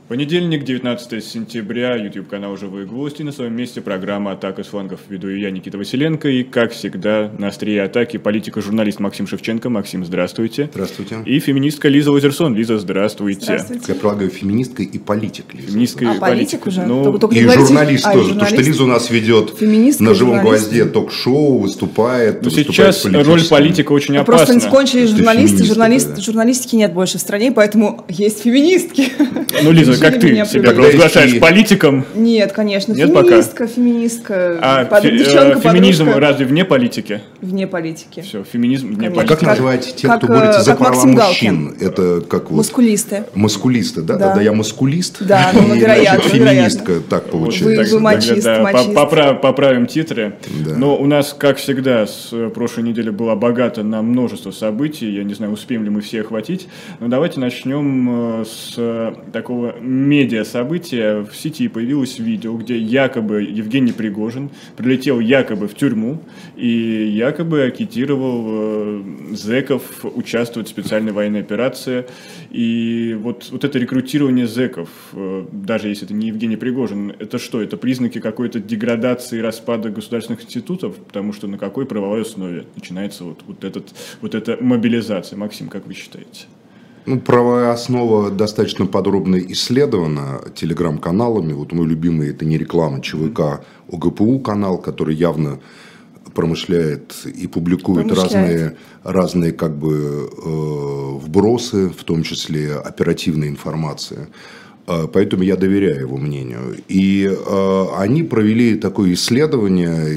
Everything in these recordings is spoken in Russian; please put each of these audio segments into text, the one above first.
Понедельник, 19 сентября, YouTube-канал «Живые гвозди». На своем месте программа «Атака с флангов». Веду я, Никита Василенко. И, как всегда, на острие атаки политика-журналист Максим Шевченко. Максим, здравствуйте. Здравствуйте. И феминистка Лиза Лазерсон. Лиза, здравствуйте. Здравствуйте. Я предлагаю феминистка и политик, Лиза. Феминистка и политик уже? Ну, и журналист тоже, потому что Лиза у нас ведет на «Живом гвозде» ток-шоу, выступает. Но сейчас роль политика очень опасна. Просто не кончились журналисты, журналистики нет больше в стране, поэтому есть феминистки. Ну, Лиза, как ты себя провозглашаешь политиком? Нет, конечно, Нет феминистка. А феминизм разве вне политики? Вне политики. Все, феминизм вне А политики. как называете тех, кто борется за права мужчин? Это как вот? Мускулисты. Мускулисты, да? Да, я мускулист. Да, ну, вероятно. Феминистка, так получается. Вы мачист. Поправим титры. Но у нас, как всегда, с прошлой недели была богата на множество событий. Я не знаю, успеем ли мы все охватить. Но давайте начнем с такого медиа-события. В сети появилось видео, где якобы Евгений Пригожин прилетел якобы в тюрьму и якобы агитировал зэков участвовать в специальной военной операции. И вот это рекрутирование зэков, даже если это не Евгений Пригожин, это что? Это признаки какой-то деградации и распада государственных институтов? Потому что на какой правовой основе начинается вот эта мобилизация? Максим, как вы считаете? Ну, правовая основа достаточно подробно исследована телеграм-каналами. Вот мой любимый, это не реклама, ЧВК ОГПУ канал, который явно промышляет и публикует разные как бы вбросы, в том числе оперативная информация. Поэтому я доверяю его мнению. И они провели такое исследование,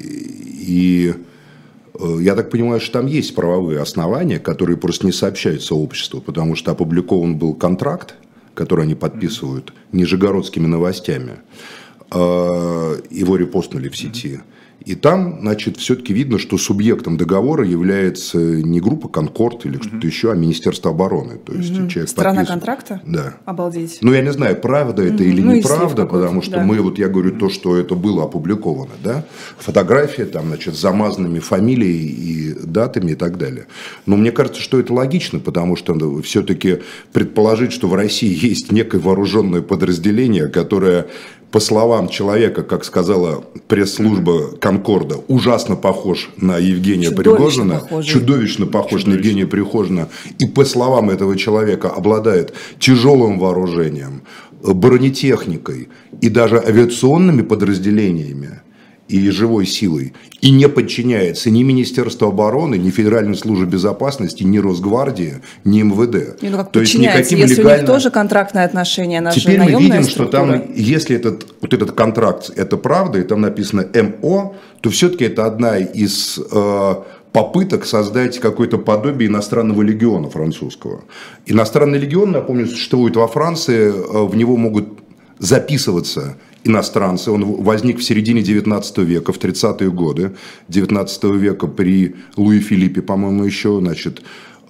и я так понимаю, что там есть правовые основания, которые просто не сообщаются обществу, потому что опубликован был контракт, который они подписывают нижегородскими новостями. Его репостнули в сети. И там, значит, все-таки видно, что субъектом договора является не группа «Конкорд» или что-то еще, а Министерство обороны. То есть человек Страна контракта? Да. Обалдеть. Ну, я не знаю, правда это или неправда, потому что я говорю то, что это было опубликовано, да. Фотография, там, значит, с замазанными фамилией и датами и так далее. Но мне кажется, что это логично, потому что все-таки предположить, что в России есть некое вооруженное подразделение, которое, по словам человека, как сказала пресс-служба «Конкорда», ужасно похож на Евгения Пригожина, чудовищно похож на Евгения Пригожина, и, по словам этого человека, обладает тяжелым вооружением, бронетехникой и даже авиационными подразделениями и живой силой, и не подчиняется ни Министерству обороны, ни Федеральной службе безопасности, ни Росгвардии, ни МВД. То есть никаким если у них тоже контрактное отношение, она теперь же мы видим, структура. Что там, если этот контракт это правда, и там написано МО, то все-таки это одна из попыток создать какое-то подобие иностранного легиона французского. Иностранный легион, напомню, существует во Франции, в него могут записываться иностранцы. Он возник в середине 19 века, в 30-е годы 19 века при Луи Филиппе, по-моему, еще, значит,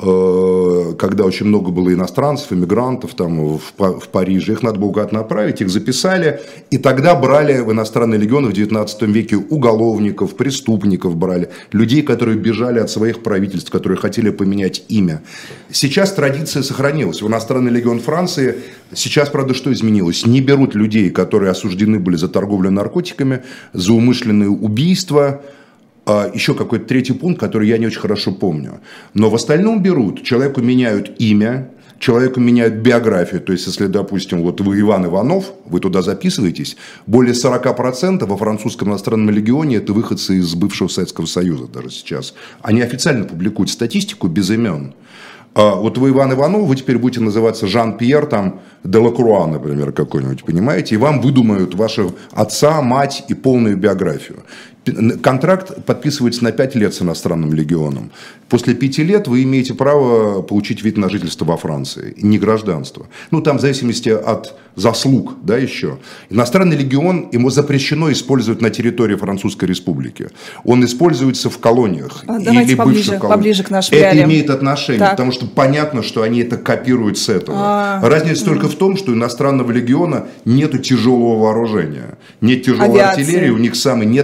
когда очень много было иностранцев, иммигрантов там в Париже, их надо было куда-то направить, их записали, и тогда брали в иностранные легионы в 19 веке уголовников, преступников брали, людей, которые бежали от своих правительств, которые хотели поменять имя. Сейчас традиция сохранилась. В иностранный легион Франции сейчас, правда, что изменилось? Не берут людей, которые осуждены были за торговлю наркотиками, за умышленные убийства. Еще какой-то третий пункт, который я не очень хорошо помню. Но в остальном берут. Человеку меняют имя, человеку меняют биографию. То есть, если, допустим, вот вы Иван Иванов, вы туда записываетесь, более 40% во французском иностранном легионе это выходцы из бывшего Советского Союза даже сейчас. Они официально публикуют статистику без имен. Вот вы Иван Иванов, вы теперь будете называться Жан-Пьер там Делакруа, например, какой-нибудь, понимаете? И вам выдумают вашего отца, мать и полную биографию. Контракт подписывается на 5 лет с иностранным легионом. После 5 лет вы имеете право получить вид на жительство во Франции, не гражданство. Ну, там в зависимости от заслуг, да, еще. Иностранный легион, ему запрещено использовать на территории Французской Республики. Он используется в колониях. Давайте поближе к нашим реалиям. Это имеет отношение, потому что понятно, что они это копируют с этого. Разница только в том, что у иностранного легиона нет тяжелого вооружения. Нет тяжелой артиллерии, у них нет авиации.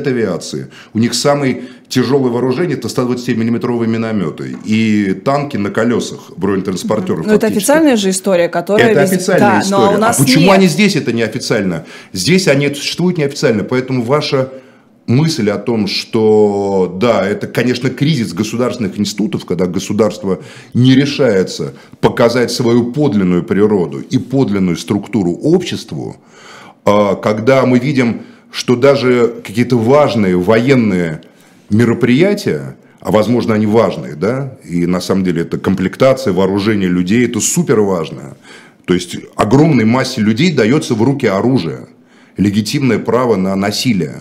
авиации. У них самое тяжелое вооружение – это 120-миллиметровые минометы и танки на колесах бронетранспортеров. Но это официальная же история, которая... Это официальная история. Но у нас почему они здесь это неофициально? Здесь они существуют неофициально, поэтому ваша мысль о том, что да, это, конечно, кризис государственных институтов, когда государство не решается показать свою подлинную природу и подлинную структуру обществу, когда мы видим, что даже какие-то важные военные мероприятия, а возможно они важные, да, и на самом деле это комплектация, вооружение людей, это супер важно. То есть огромной массе людей дается в руки оружие, легитимное право на насилие.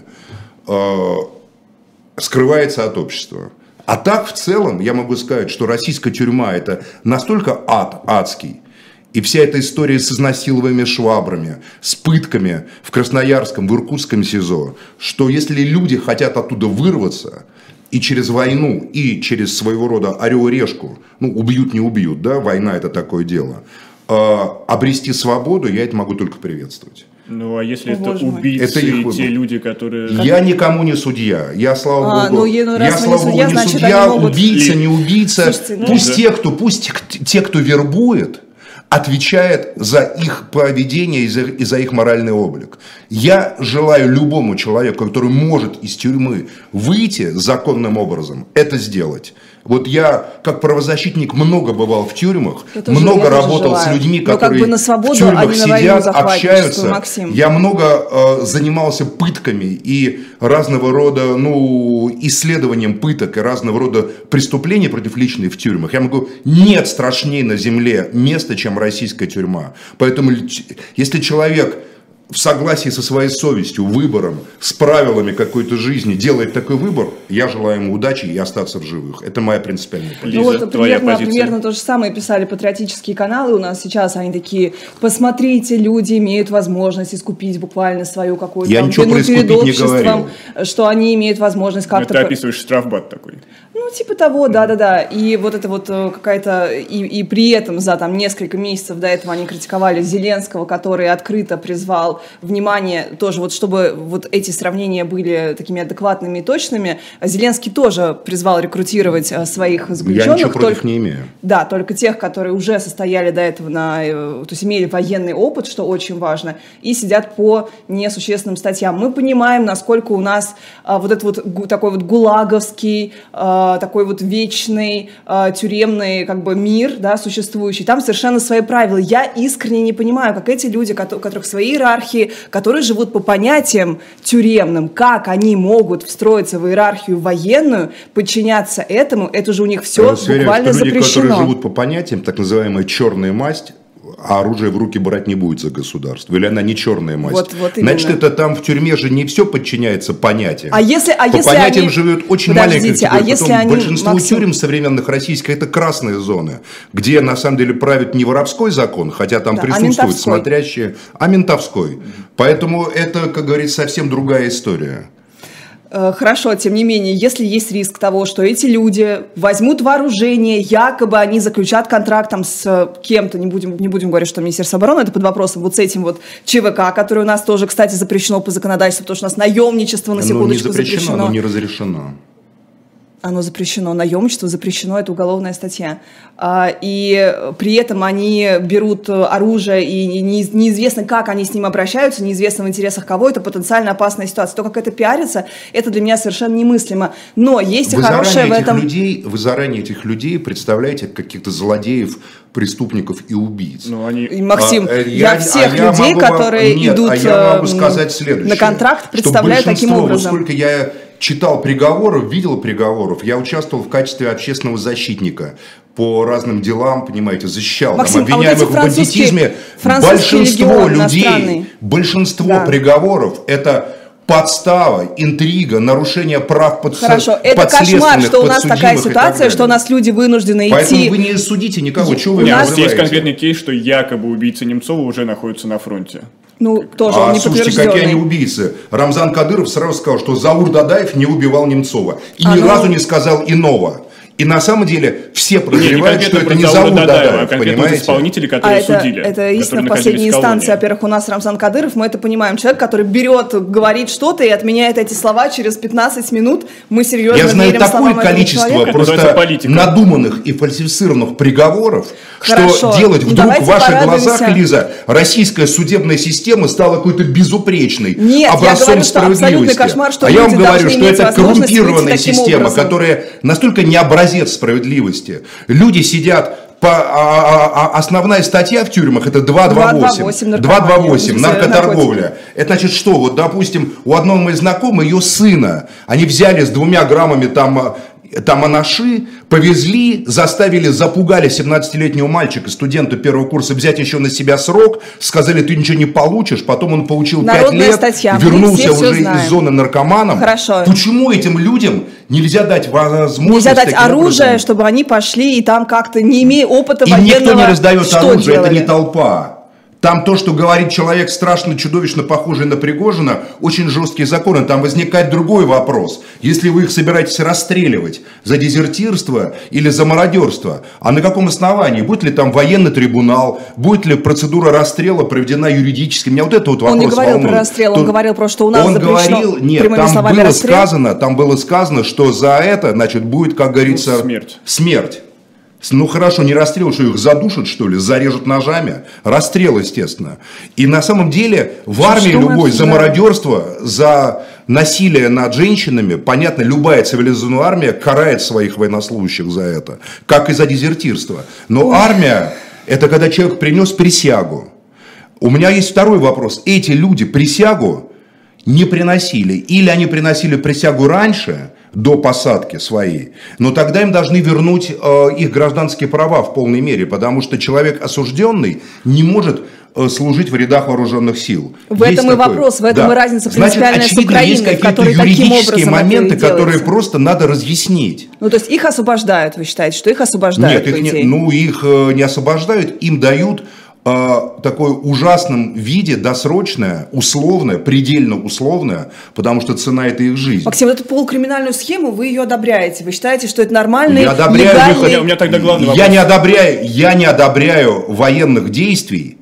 Скрывается от общества. А так в целом я могу сказать, что российская тюрьма это настолько адский, и вся эта история с изнасилованиями швабрами, с пытками в Красноярском, в Иркутском СИЗО, что если люди хотят оттуда вырваться и через войну, и через своего рода орел-решку, ну убьют, не убьют, да, война это такое дело, обрести свободу, я это могу только приветствовать. Ну, а если это убийцы, это те люди, которые... Я никому не судья. Я, слава богу, я, слава богу, не судья, убийца, не убийца. Слушайте, пусть те, кто вербует, отвечает за их поведение и за их моральный облик. Я желаю любому человеку, который может из тюрьмы выйти законным образом, это сделать. Вот я, как правозащитник, много бывал в тюрьмах, много работал с людьми, которые как бы на свободу, в тюрьмах сидят, общаются. Максим. Я много занимался пытками и разного рода исследованием пыток и разного рода преступлений против личных в тюрьмах. Я могу, нет страшнее на земле места, чем российская тюрьма. Поэтому, если человек в согласии со своей совестью, выбором, с правилами какой-то жизни делает такой выбор, я желаю ему удачи и остаться в живых. Это моя принципиальная позиция. Ну вот примерно то же самое писали патриотические каналы у нас сейчас. Они такие: посмотрите, люди имеют возможность искупить буквально свою какую-то вину перед обществом, что они имеют возможность как-то... Ты описываешь штрафбат такой. Ну, типа того, да-да-да. И вот это вот какая-то... И при этом за там несколько месяцев до этого они критиковали Зеленского, который открыто призвал внимание тоже, вот чтобы вот эти сравнения были такими адекватными и точными. Зеленский тоже призвал рекрутировать своих заключенных. Я ничего против не имею. Да, только тех, которые уже состояли до этого то есть имели военный опыт, что очень важно, и сидят по несущественным статьям. Мы понимаем, насколько у нас вот этот вот такой вот гулаговский, такой вот вечный тюремный как бы мир, да, существующий. Там совершенно свои правила. Я искренне не понимаю, как эти люди, у которых свои иерархии, которые живут по понятиям тюремным, как они могут встроиться в иерархию военную, подчиняться этому, это же у них все буквально запрещено. Люди, которые живут по понятиям, так называемая черная масть, а оружие в руки брать не будет за государство. Или она не черная масть. Вот значит, это там в тюрьме же не все подчиняется понятиям. По понятиям живет очень маленькая категория. Большинство тюрем современных российских это красные зоны, где на самом деле правит не воровской закон, хотя там присутствуют смотрящие, а ментовской. Поэтому это, как говорится, совсем другая история. Хорошо, тем не менее, если есть риск того, что эти люди возьмут вооружение, якобы они заключат контракт там с кем-то, не будем говорить, что Министерство обороны, это под вопросом, вот с этим вот ЧВК, который у нас тоже, кстати, запрещено по законодательству, потому что у нас наемничество, на секундочку, запрещено. Оно не разрешено. Оно запрещено, наемничество запрещено, это уголовная статья. И при этом они берут оружие, и неизвестно, как они с ним обращаются, неизвестно в интересах кого, это потенциально опасная ситуация. То, как это пиарится, это для меня совершенно немыслимо. Но есть и хорошее в этом... Вы заранее этих людей представляете как каких-то злодеев, преступников и убийц. Максим, я всех людей, которые идут на контракт, представляю таким образом. Сколько я читал приговоров, видел приговоров, я участвовал в качестве общественного защитника по разным делам, понимаете, защищал Максим, обвиняемых в бандитизме. Большинство приговоров это подстава, интрига, нарушение прав подсудимых. Хорошо, это кошмар, что у нас такая ситуация, что у нас люди вынуждены идти. Поэтому вы не судите никого, чего вы не называете. Есть конкретный кейс, что якобы убийца Немцова уже находится на фронте. Тоже он не слушайте, какие они убийцы. Рамзан Кадыров сразу сказал, что Заур Дадаев не убивал Немцова. И ни разу не сказал иного. И на самом деле все подозревают, что это не зовут Дадаев, понимаете? Исполнители, которые судили. Это истина в последней инстанции. Во-первых, у нас Рамзан Кадыров, мы это понимаем. Человек, который берет, говорит что-то и отменяет эти слова через 15 минут. Мы серьезно верим словам этого человека. Я знаю такое количество просто надуманных и фальсифицированных приговоров, что делать вдруг в ваших глазах, Лиза, российская судебная система стала какой-то безупречной, образцом справедливости. А я вам говорю, что это коррумпированная система, которая настолько необразованная справедливости. Люди сидят основная статья в тюрьмах это 228 наркоторговля. Это значит что? Вот, допустим, у одного моих знакомых, ее сына, они взяли с 2 граммами там анаши, повезли, заставили, запугали 17-летнего мальчика, студента первого курса, взять еще на себя срок, сказали, ты ничего не получишь, потом он получил народная 5 лет, статья. вернулся уже из зоны наркоманом. Хорошо. Почему этим людям нельзя дать возможность... Нельзя дать оружие, чтобы они пошли и там как-то, не имея опыта военного... Им никто не раздает оружие, делали? Это не толпа. Там то, что говорит человек страшно, чудовищно похожий на Пригожина, очень жесткие законы. Там возникает другой вопрос. Если вы их собираетесь расстреливать за дезертирство или за мародерство, а на каком основании? Будет ли там военный трибунал? Будет ли процедура расстрела проведена юридически? Меня вот это вот вопрос волнует. Он не говорил про расстрел, он говорил просто, что у нас запрещено прямыми словами расстрел. Там было сказано, что за это, значит, будет, как говорится, смерть. Ну хорошо, не расстрел, что их задушат, что ли, зарежут ножами? Расстрел, естественно. И на самом деле в армии любой за мародерство, за насилие над женщинами, понятно, любая цивилизованная армия карает своих военнослужащих за это, как и за дезертирство. Но армия, это когда человек принес присягу. У меня есть второй вопрос. Эти люди присягу не приносили. Или они приносили присягу раньше, до посадки своей, но тогда им должны вернуть их гражданские права в полной мере, потому что человек осужденный не может служить в рядах вооруженных сил. В этом и вопрос, в этом и разница принципиальная с Украиной, в которой таким образом моменты, которые просто надо разъяснить. Ну, то есть их освобождают, вы считаете, что их освобождают? Нет, их не освобождают, им дают такое ужасном виде, досрочное, условное, предельно условное, потому что цена это их жизнь. Максим, вот эту полукриминальную схему вы ее одобряете? Вы считаете, что это нормальный, я одобряю легальный... У меня тогда главный вопрос. Я не одобряю военных действий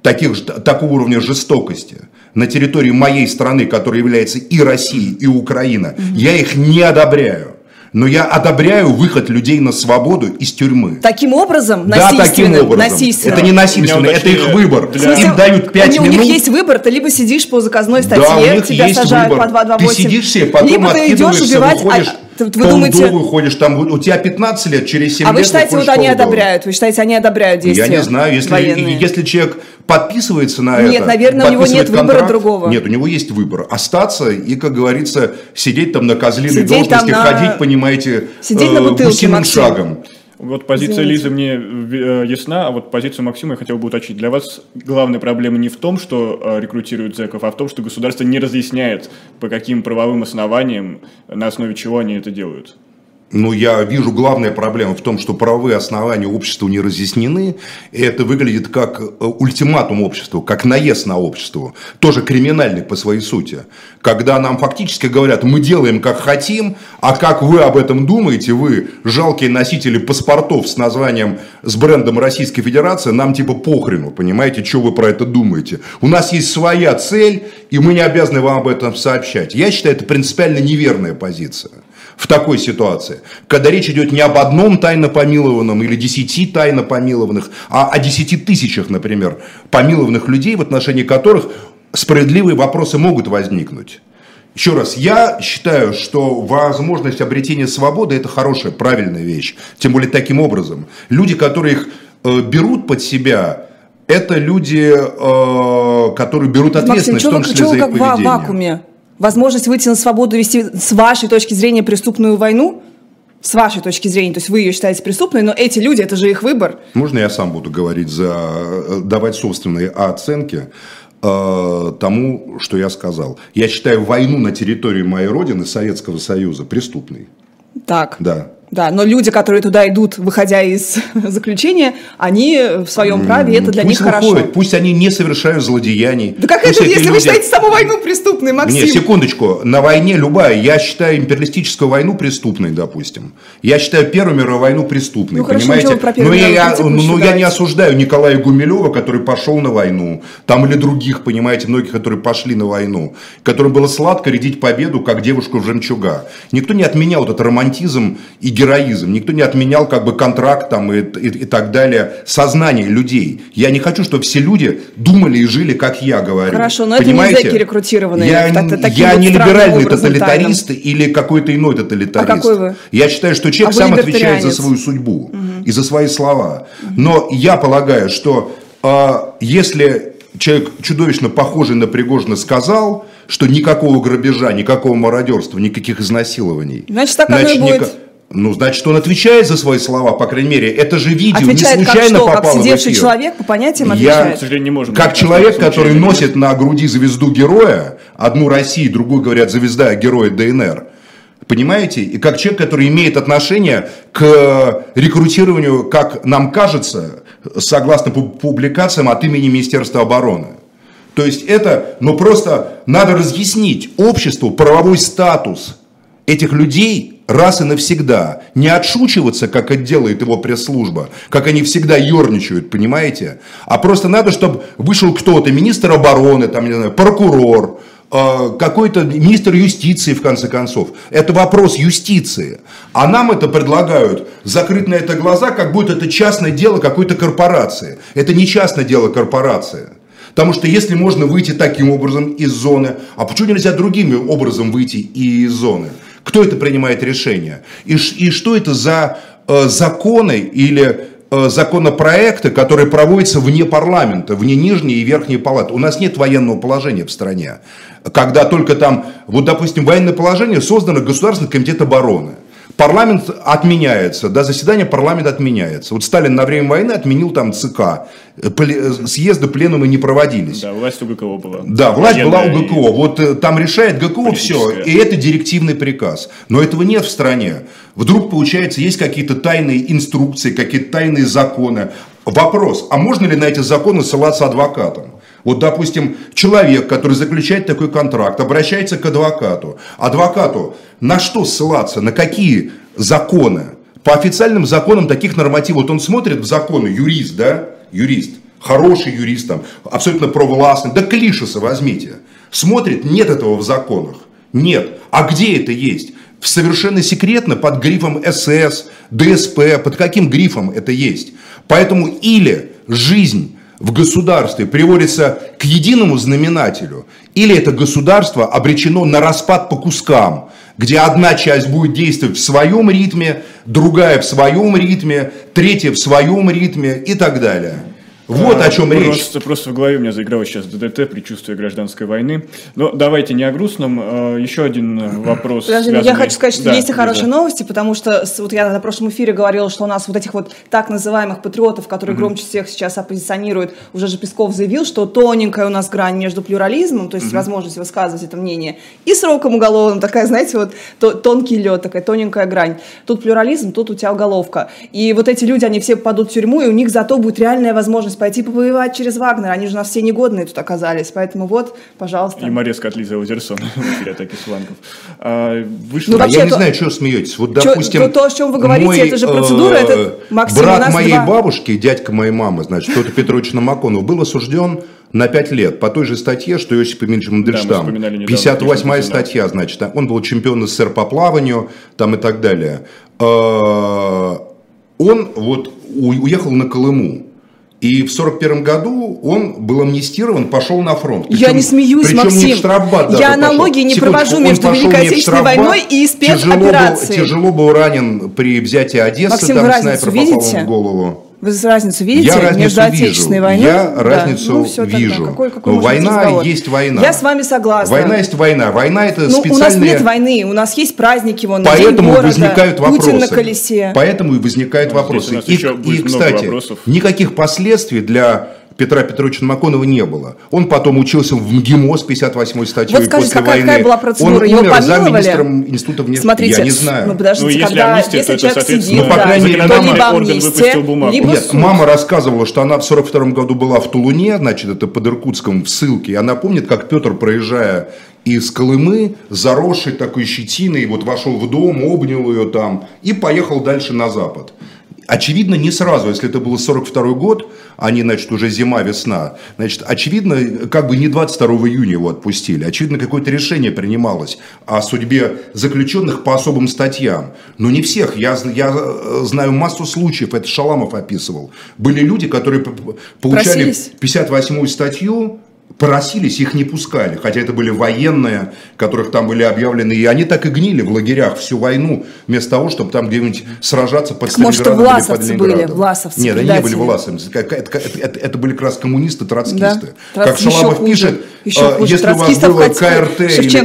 такого уровня жестокости на территории моей страны, которая является и Россией, и Украина. Я их не одобряю. Но я одобряю выход людей на свободу из тюрьмы. Таким образом? Да, таким образом. Это не насильственно, это их выбор. Им дают 5 минут. У них есть выбор, ты либо сидишь по заказной статье, тебя сажают по 228. Ты сидишь себе, потом откидываешься, выходишь, вы думаете... выходишь, там у тебя 15 лет, через 7 лет... А вы считаете, вот они одобряют? Вы считаете, они одобряют действия? Я не знаю, если человек подписывается на это... Нет, наверное, у него нет выбора другого. Нет, у него есть выбор. Остаться и, как говорится, сидеть там на козлиной должности, ходить, понимаете, гусиным шагом. Вот позиция Лизы мне ясна, а вот позицию Максима я хотел бы уточнить. Для вас главная проблема не в том, что рекрутируют зэков, а в том, что государство не разъясняет, по каким правовым основаниям, на основе чего они это делают. Ну, я вижу, главная проблема в том, что правовые основания обществу не разъяснены, и это выглядит как ультиматум обществу, как наезд на общество, тоже криминальный по своей сути. Когда нам фактически говорят, мы делаем как хотим, а как вы об этом думаете, вы, жалкие носители паспортов с названием, с брендом Российской Федерации, нам типа похрену, понимаете, что вы про это думаете. У нас есть своя цель, и мы не обязаны вам об этом сообщать. Я считаю, это принципиально неверная позиция. В такой ситуации, когда речь идет не об одном тайно помилованном или 10 тайно помилованных, а о 10 тысячах, например, помилованных людей, в отношении которых справедливые вопросы могут возникнуть. Еще раз, я считаю, что возможность обретения свободы – это хорошая, правильная вещь. Тем более таким образом. Люди, которые их берут под себя, это люди, которые берут ответственность, в том числе за их поведение. Вакууме? Возможность выйти на свободу, вести, с вашей точки зрения, преступную войну? С вашей точки зрения, то есть вы ее считаете преступной, но эти люди, это же их выбор. Можно я сам буду говорить, давать собственные оценки тому, что я сказал? Я считаю войну на территории моей родины, Советского Союза, преступной. Так. Да. Да, но люди, которые туда идут, выходя из заключения, они в своем праве, это для них хорошо. Пусть они не совершают злодеяний. Да как это, если вы считаете саму войну преступной, Максим? Нет, секундочку, на войне любая, я считаю империалистическую войну преступной, допустим. Я считаю Первую мировую войну преступной, понимаете? Но я не осуждаю Николая Гумилева, который пошел на войну, там или других, понимаете, многих, которые пошли на войну, которым было сладко рядить победу, как девушку в жемчуга. Никто не отменял этот романтизм и героизм. Никто не отменял как бы контракт там, и так далее, сознание людей. Я не хочу, чтобы все люди думали и жили, как я говорю. Хорошо, но понимаете? Это не зэки рекрутированные. Я не либеральный тоталитарист или какой-то иной тоталитарист. А какой вы? Я считаю, что человек сам отвечает за свою судьбу и за свои слова. Но я полагаю, что если человек чудовищно похожий на Пригожина сказал, что никакого грабежа, никакого мародерства, никаких изнасилований. Значит, так оно и будет. Ну, значит, он отвечает за свои слова, по крайней мере. Это же видео отвечает не случайно попало в эфир. Как сидевший человек, по понятиям отвечает. К сожалению, не можем. Как человек, который носит на груди звезду героя, одну России, другую, говорят, звезда героя ДНР. Понимаете? И как человек, который имеет отношение к рекрутированию, как нам кажется, согласно публикациям от имени Министерства обороны. То есть это, просто надо разъяснить обществу правовой статус этих людей раз и навсегда. Не отшучиваться, как это делает его пресс-служба, как они всегда ерничают, понимаете? А просто надо, чтобы вышел кто-то, министр обороны, там, не знаю, прокурор, какой-то министр юстиции, в конце концов. Это вопрос юстиции. А нам это предлагают закрыть на это глаза, как будто это частное дело какой-то корпорации. Это не частное дело корпорации. Потому что если можно выйти таким образом из зоны, а почему нельзя другим образом выйти и из зоны? Кто это принимает решение? И что это за законы или законопроекты, которые проводятся вне парламента, вне нижней и верхней палаты? У нас нет военного положения в стране. Когда только там, допустим, военное положение создано Государственный комитет обороны. Парламент отменяется, заседание парламента отменяется. Вот Сталин на время войны отменил там ЦК, съезды, пленумы не проводились. Да, власть у ГКО была. Да, власть была у ГКО. Вот там решает ГКО все, и это директивный приказ. Но этого нет в стране. Вдруг, получается, есть какие-то тайные инструкции, какие-то тайные законы. Вопрос, а можно ли на эти законы ссылаться адвокатам? Вот, допустим, человек, который заключает такой контракт, обращается к адвокату. Адвокату на что ссылаться, на какие законы? По официальным законам таких нормативов, вот он смотрит в законы, юрист, да, юрист, хороший юрист, там, абсолютно провластный, да Клишеса возьмите. Смотрит, нет этого в законах, нет. А где это есть? Совершенно секретно, под грифом СС, ДСП, под каким грифом это есть? Поэтому или жизнь в государстве приводится к единому знаменателю, или это государство обречено на распад по кускам, где одна часть будет действовать в своем ритме, другая в своем ритме, третья в своем ритме и так далее. Вот о чем речь. Просто в голове у меня заиграло сейчас ДДТ, предчувствие гражданской войны. Но давайте не о грустном. Еще один вопрос. Подожди, я хочу сказать, что есть и хорошие новости, потому что вот я на прошлом эфире говорила, что у нас вот этих вот так называемых патриотов, которые громче всех сейчас оппозиционируют, уже же Песков заявил, что тоненькая у нас грань между плюрализмом, то есть возможность высказывать это мнение, и сроком уголовным, такая, знаете, вот тонкий лед, такая тоненькая грань. Тут плюрализм, тут у тебя уголовка. И вот эти люди, они все попадут в тюрьму, и у них зато будет реальная возможность пойти повоевать через Вагнера. Они же у нас все негодные тут оказались. Поэтому вот, пожалуйста. Юмореска от Лизы Лазерсон в атаке флангов. Я не знаю, что смеетесь. Вот, допустим, то, о чем вы говорите, это же процедура, это Максим, брат моей бабушки, дядька моей мамы, значит, Петр Петрович Намаконов, был осужден на 5 лет по той же статье, что Иосиф Ильич Мандельштам. 58-я статья, значит. Он был чемпион СССР по плаванию там, и так далее. Он вот уехал на Колыму. И в 1941 году он был амнистирован, пошел на фронт. Я не смеюсь, Максим. Не в штрафбат даже я аналогии не провожу между Великой Отечественной войной и спецоперацией. Тяжело был ранен при взятии Одессы. Максим, там вы снайпер разницу попал в голову. Вы разницу видите между Отечественной войной? Я разницу вижу. Какой война разговор? Есть война. Я с вами согласна. Война есть война. Война это специальные... У нас нет войны, у нас есть праздники, вон, поэтому День города, возникают вопросы. Путин на колесе. Поэтому и возникают вопросы. И, кстати, никаких последствий для Петра Петровича Маконова не было. Он потом учился в МГИМО с 58-й статьей. Вот скажите, после войны. какая была процедура? Он Его умер помиловали? замминистром института внешней. Смотрите, Я не знаю. ну подождите, если когда, амнистия, если то это, человек сидит, соответственно, по крайней мере, то либо орган амнистия, выпустил бумагу. либо Нет, суд. мама рассказывала, что она в 42-м году была в Тулуне, значит, это под Иркутском, в ссылке. И она помнит, как Петр, проезжая из Колымы, заросший такой щетиной, вот вошел в дом, обнял ее там и поехал дальше на запад. Очевидно, не сразу, если это был 42-й год, а не, значит, уже зима-весна, значит, очевидно, как бы не 22 июня его отпустили, очевидно, какое-то решение принималось о судьбе заключенных по особым статьям. Но не всех, я знаю массу случаев, это Шаламов описывал. Были люди, которые получали 58-ю статью, просились, их не пускали, хотя это были военные, которых там были объявлены, и они так и гнили в лагерях всю войну, вместо того, чтобы там где-нибудь сражаться под Сталинградом или под Ленинградом. Власовцы, нет, они не были власовцы, это были как раз коммунисты, троцкисты. Да. Как Шаламов пишет, если у вас было КРТ или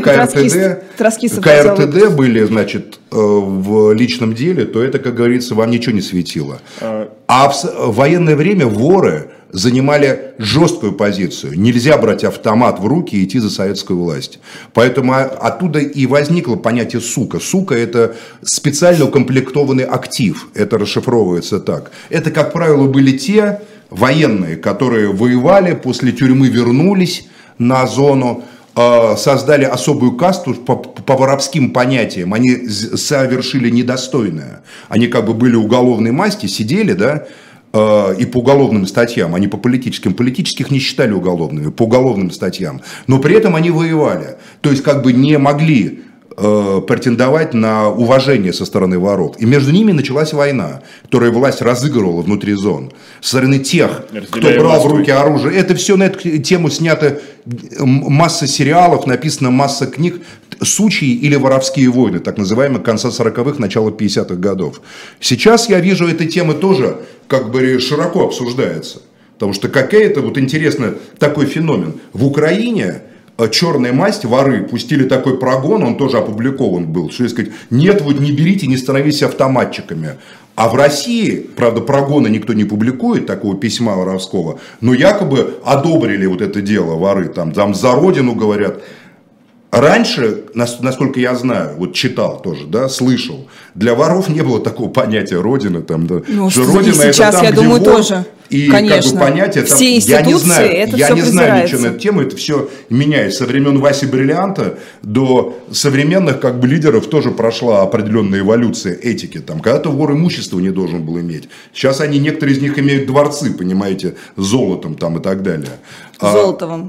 КРТД были, значит, в личном деле, то это, как говорится, вам ничего не светило. А в военное время воры занимали жесткую позицию. Нельзя брать автомат в руки и идти за советскую власть. Поэтому оттуда и возникло понятие «сука». Сука – это специально укомплектованный актив. Это расшифровывается так. Это, как правило, были те военные, которые воевали, после тюрьмы вернулись на зону, создали особую касту по воровским понятиям. Они совершили недостойное. Они как бы были уголовной масти, сидели, да, и по уголовным статьям, они по политическим. Политических не считали уголовными, по уголовным статьям. Но при этом они воевали. То есть как бы не могли претендовать на уважение со стороны воров. И между ними началась война, которую власть разыгрывала внутри зон. Со стороны тех, кто брал в руки оружие. Это все на эту тему снято масса сериалов, написано масса книг. Сучьи или воровские войны, так называемые, конца 40-х, начала 50-х годов. Сейчас я вижу, эта тема тоже как бы широко обсуждается. Потому что какая-то, вот интересно, такой феномен. В Украине черная масть, воры, пустили такой прогон, он тоже опубликован был, что, сказать, нет, вот не берите, не становитесь автоматчиками. А в России, правда, прогона никто не публикует, такого письма воровского, но якобы одобрили вот это дело воры, там за родину говорят. Раньше, насколько я знаю, вот читал тоже, да, слышал, для воров не было такого понятия родина, там, да, ну, что родина это там, я где думаю, вор, тоже. И конечно. Как бы понятие, там, все институции, я не знаю ничего на эту тему, это все меняется. Со времен Васи Бриллианта до современных как бы лидеров тоже прошла определенная эволюция этики. Там, когда-то вор имущество не должен был иметь. Сейчас они, некоторые из них имеют дворцы, понимаете, с золотом там и так далее. Золотовым.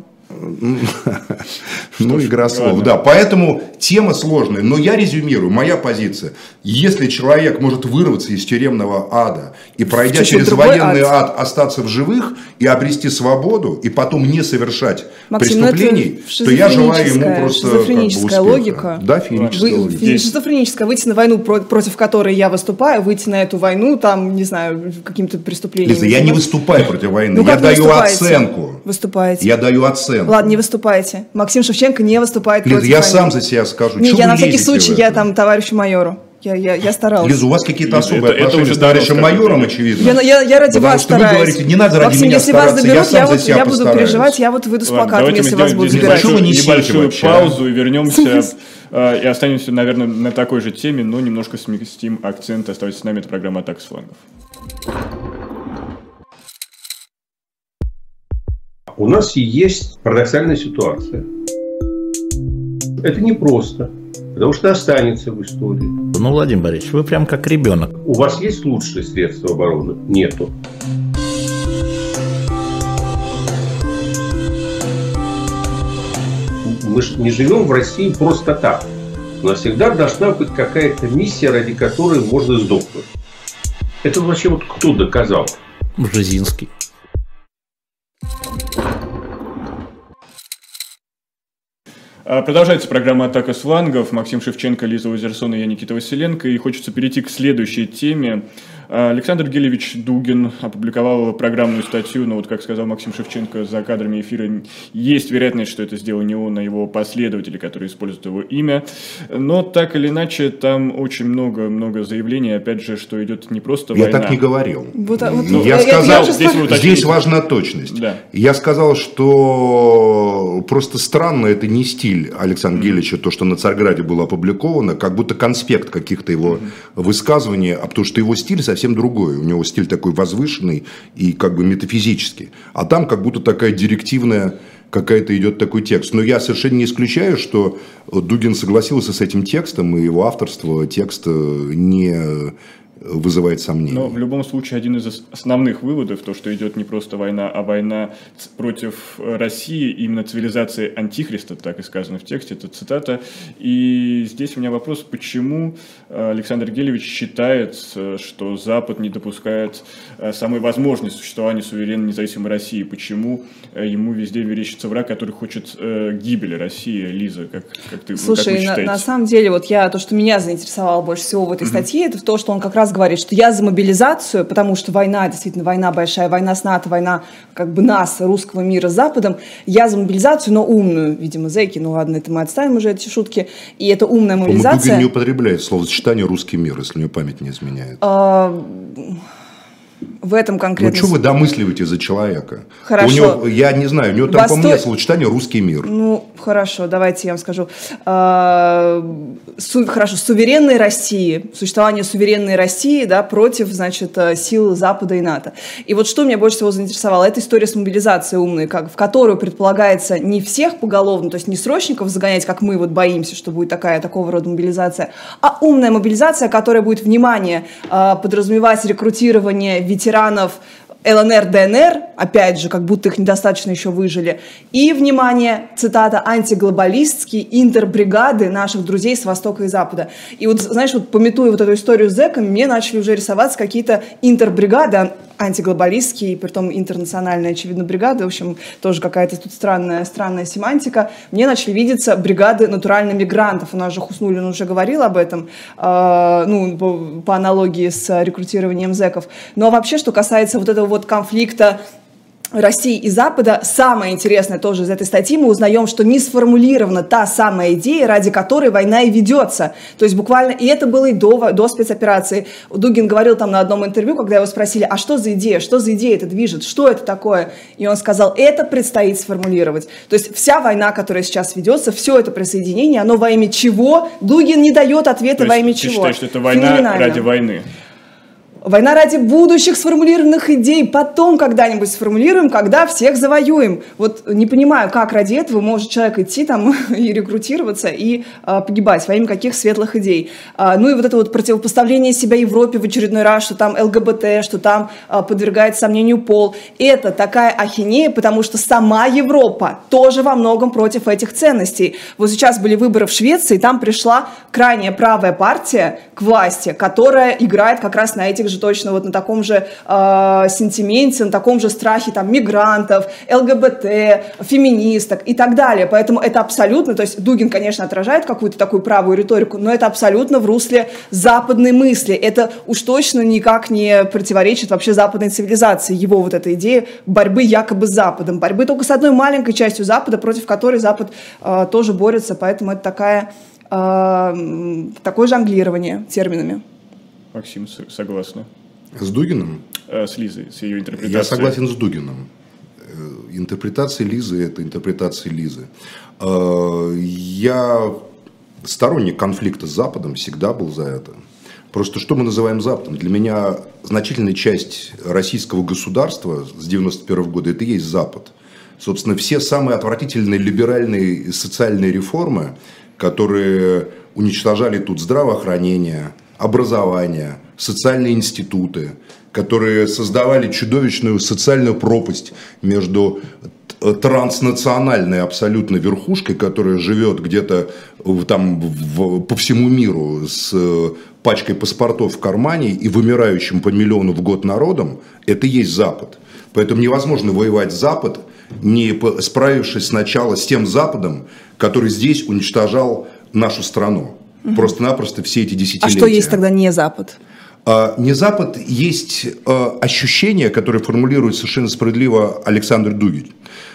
Ну, игра слов, да. Поэтому тема сложная. Но я резюмирую, моя позиция. Если человек может вырваться из тюремного ада и, пройдя через военный ад, остаться в живых и обрести свободу, и потом не совершать преступлений, то я желаю ему просто шизофреническая логика. Да, физическая логика. Шизофреническая. Выйти на войну, против которой я выступаю, выйти на эту войну, там, не знаю, каким-то преступлением. Лиза, я не выступаю против войны, я даю оценку. Выступаете. Я даю оценку. Ладно, не выступайте. Максим Шевченко не выступает против войны. Я сам за себя скажу. Не, я на всякий случай, я там товарищу майору. Я старалась. Лиза, у вас какие-то особые отношения с товарищем майором, очевидно. Я ради вас стараюсь. Вы говорите, не надо ради меня стараться, я сам за себя постараюсь. Я буду переживать, я вот выйду с плакатом, если вас будут забирать. Небольшую паузу и вернемся, и останемся, наверное, на такой же теме, но немножко сместим акцент. Оставайтесь с нами, это программа «Атака с флангов». У нас есть парадоксальная ситуация. Это непросто, потому что останется в истории. Ну, Владимир Борисович, вы прям как ребенок. У вас есть лучшие средства обороны? Нету. Мы же не живем в России просто так. У нас всегда должна быть какая-то миссия, ради которой можно сдохнуть. Это вообще вот кто доказал? Бжезинский. Продолжается программа «Атака с флангов». Максим Шевченко, Лиза Лазерсон и я, Никита Василенко. И хочется перейти к следующей теме. Александр Гелевич Дугин опубликовал программную статью, но вот, как сказал Максим Шевченко за кадрами эфира, есть вероятность, что это сделал не он, а его последователи, которые используют его имя. Но так или иначе, там очень много заявлений, опять же, что идет не просто война. Я так не говорил. Я сказал, здесь важна точность. Да. Я сказал, что просто странно, это не стиль Александра Гелевича, то, что на Царьграде было опубликовано, как будто конспект каких-то его высказываний, а потому что его стиль совсем другой. У него стиль такой возвышенный и как бы метафизический. А там как будто такая директивная какая-то идет такой текст. Но я совершенно не исключаю, что Дугин согласился с этим текстом, и его авторство текста не вызывает сомнений. Но в любом случае один из основных выводов, то, что идет не просто война, а война против России, именно цивилизации Антихриста, так и сказано в тексте, это цитата. И здесь у меня вопрос, почему Александр Гелевич считает, что Запад не допускает самой возможности существования суверенной независимой России, почему ему везде мерещится враг, который хочет гибели России. Лиза, как ты считаете? На самом деле, вот то, что меня заинтересовало больше всего в этой статье, это то, что он как раз говорит, что я за мобилизацию, потому что война, действительно, война большая, война с НАТО, война как бы нас, русского мира с Западом, я за мобилизацию, но умную, видимо, зэки, ну ладно, это мы отставим уже эти шутки, и это умная мобилизация. Дугин не употребляет словосочетание «русский мир», если мне память не изменяет. В этом конкретно... Ну, что вы домысливаете за человека? Хорошо. У него, я не знаю, у него там, по-моему, нет словосочетания «русский мир». Ну, хорошо, давайте я вам скажу. Хорошо, суверенной России, существование суверенной России, да, против, значит, сил Запада и НАТО. И вот что меня больше всего заинтересовало, это история с мобилизацией умной, в которую предполагается не всех поголовно, то есть не срочников загонять, как мы вот боимся, что будет такого рода мобилизация, а умная мобилизация, которая будет, внимание, подразумевать рекрутирование ветеранов ЛНР, ДНР, опять же, как будто их недостаточно еще выжили. И, внимание, цитата, антиглобалистские интербригады наших друзей с Востока и Запада. И вот, знаешь, вот памятуя вот эту историю с зэками, мне начали уже рисоваться какие-то интербригады, антиглобалистские, и притом интернациональные, очевидно, бригады. В общем, тоже какая-то тут странная семантика. Мне начали видеться бригады натуральных мигрантов. У нас же Хуснуллин уже говорил об этом, по аналогии с рекрутированием зэков. Но вообще, что касается вот этого вот конфликта России и Запада, самое интересное тоже из этой статьи, мы узнаем, что не сформулирована та самая идея, ради которой война и ведется. То есть буквально, и это было и до спецоперации. Дугин говорил там на одном интервью, когда его спросили, а что за идея это движет, что это такое? И он сказал, это предстоит сформулировать. То есть вся война, которая сейчас ведется, все это присоединение, оно во имя чего? Дугин не дает ответа во имя чего. Ты считаешь, что это война ради войны? Война ради будущих сформулированных идей, потом когда-нибудь сформулируем, когда всех завоюем. Вот не понимаю, как ради этого может человек идти там и рекрутироваться, и погибать, во имя каких светлых идей. Ну и вот это вот противопоставление себя Европе в очередной раз, что там ЛГБТ, что там подвергается сомнению пол. Это такая ахинея, потому что сама Европа тоже во многом против этих ценностей. Вот сейчас были выборы в Швеции, там пришла крайняя правая партия к власти, которая играет как раз на этих же точно вот на таком же сентименте, на таком же страхе там мигрантов, ЛГБТ, феминисток и так далее. Поэтому это абсолютно, то есть Дугин, конечно, отражает какую-то такую правую риторику, но это абсолютно в русле западной мысли. Это уж точно никак не противоречит вообще западной цивилизации. Его вот эта идея борьбы якобы с Западом. Борьбы только с одной маленькой частью Запада, против которой Запад тоже борется. Поэтому это такое жонглирование терминами. Максим, согласна. С Дугиным? С Лизой, с ее интерпретацией. Я согласен с Дугиным. Интерпретация Лизы – это интерпретация Лизы. Я сторонник конфликта с Западом, всегда был за это. Просто что мы называем Западом? Для меня значительная часть российского государства с 1991 года – это и есть Запад. Собственно, все самые отвратительные либеральные социальные реформы, которые уничтожали тут здравоохранение, образование, социальные институты, которые создавали чудовищную социальную пропасть между транснациональной абсолютно верхушкой, которая живет где-то там по всему миру с пачкой паспортов в кармане и вымирающим по миллиону в год народом, это и есть Запад. Поэтому невозможно воевать Запад, не справившись сначала с тем Западом, который здесь уничтожал нашу страну. Просто-напросто все эти десятилетия. А что есть тогда не Запад? Не Запад, есть ощущение, которое формулирует совершенно справедливо Александр Дугин.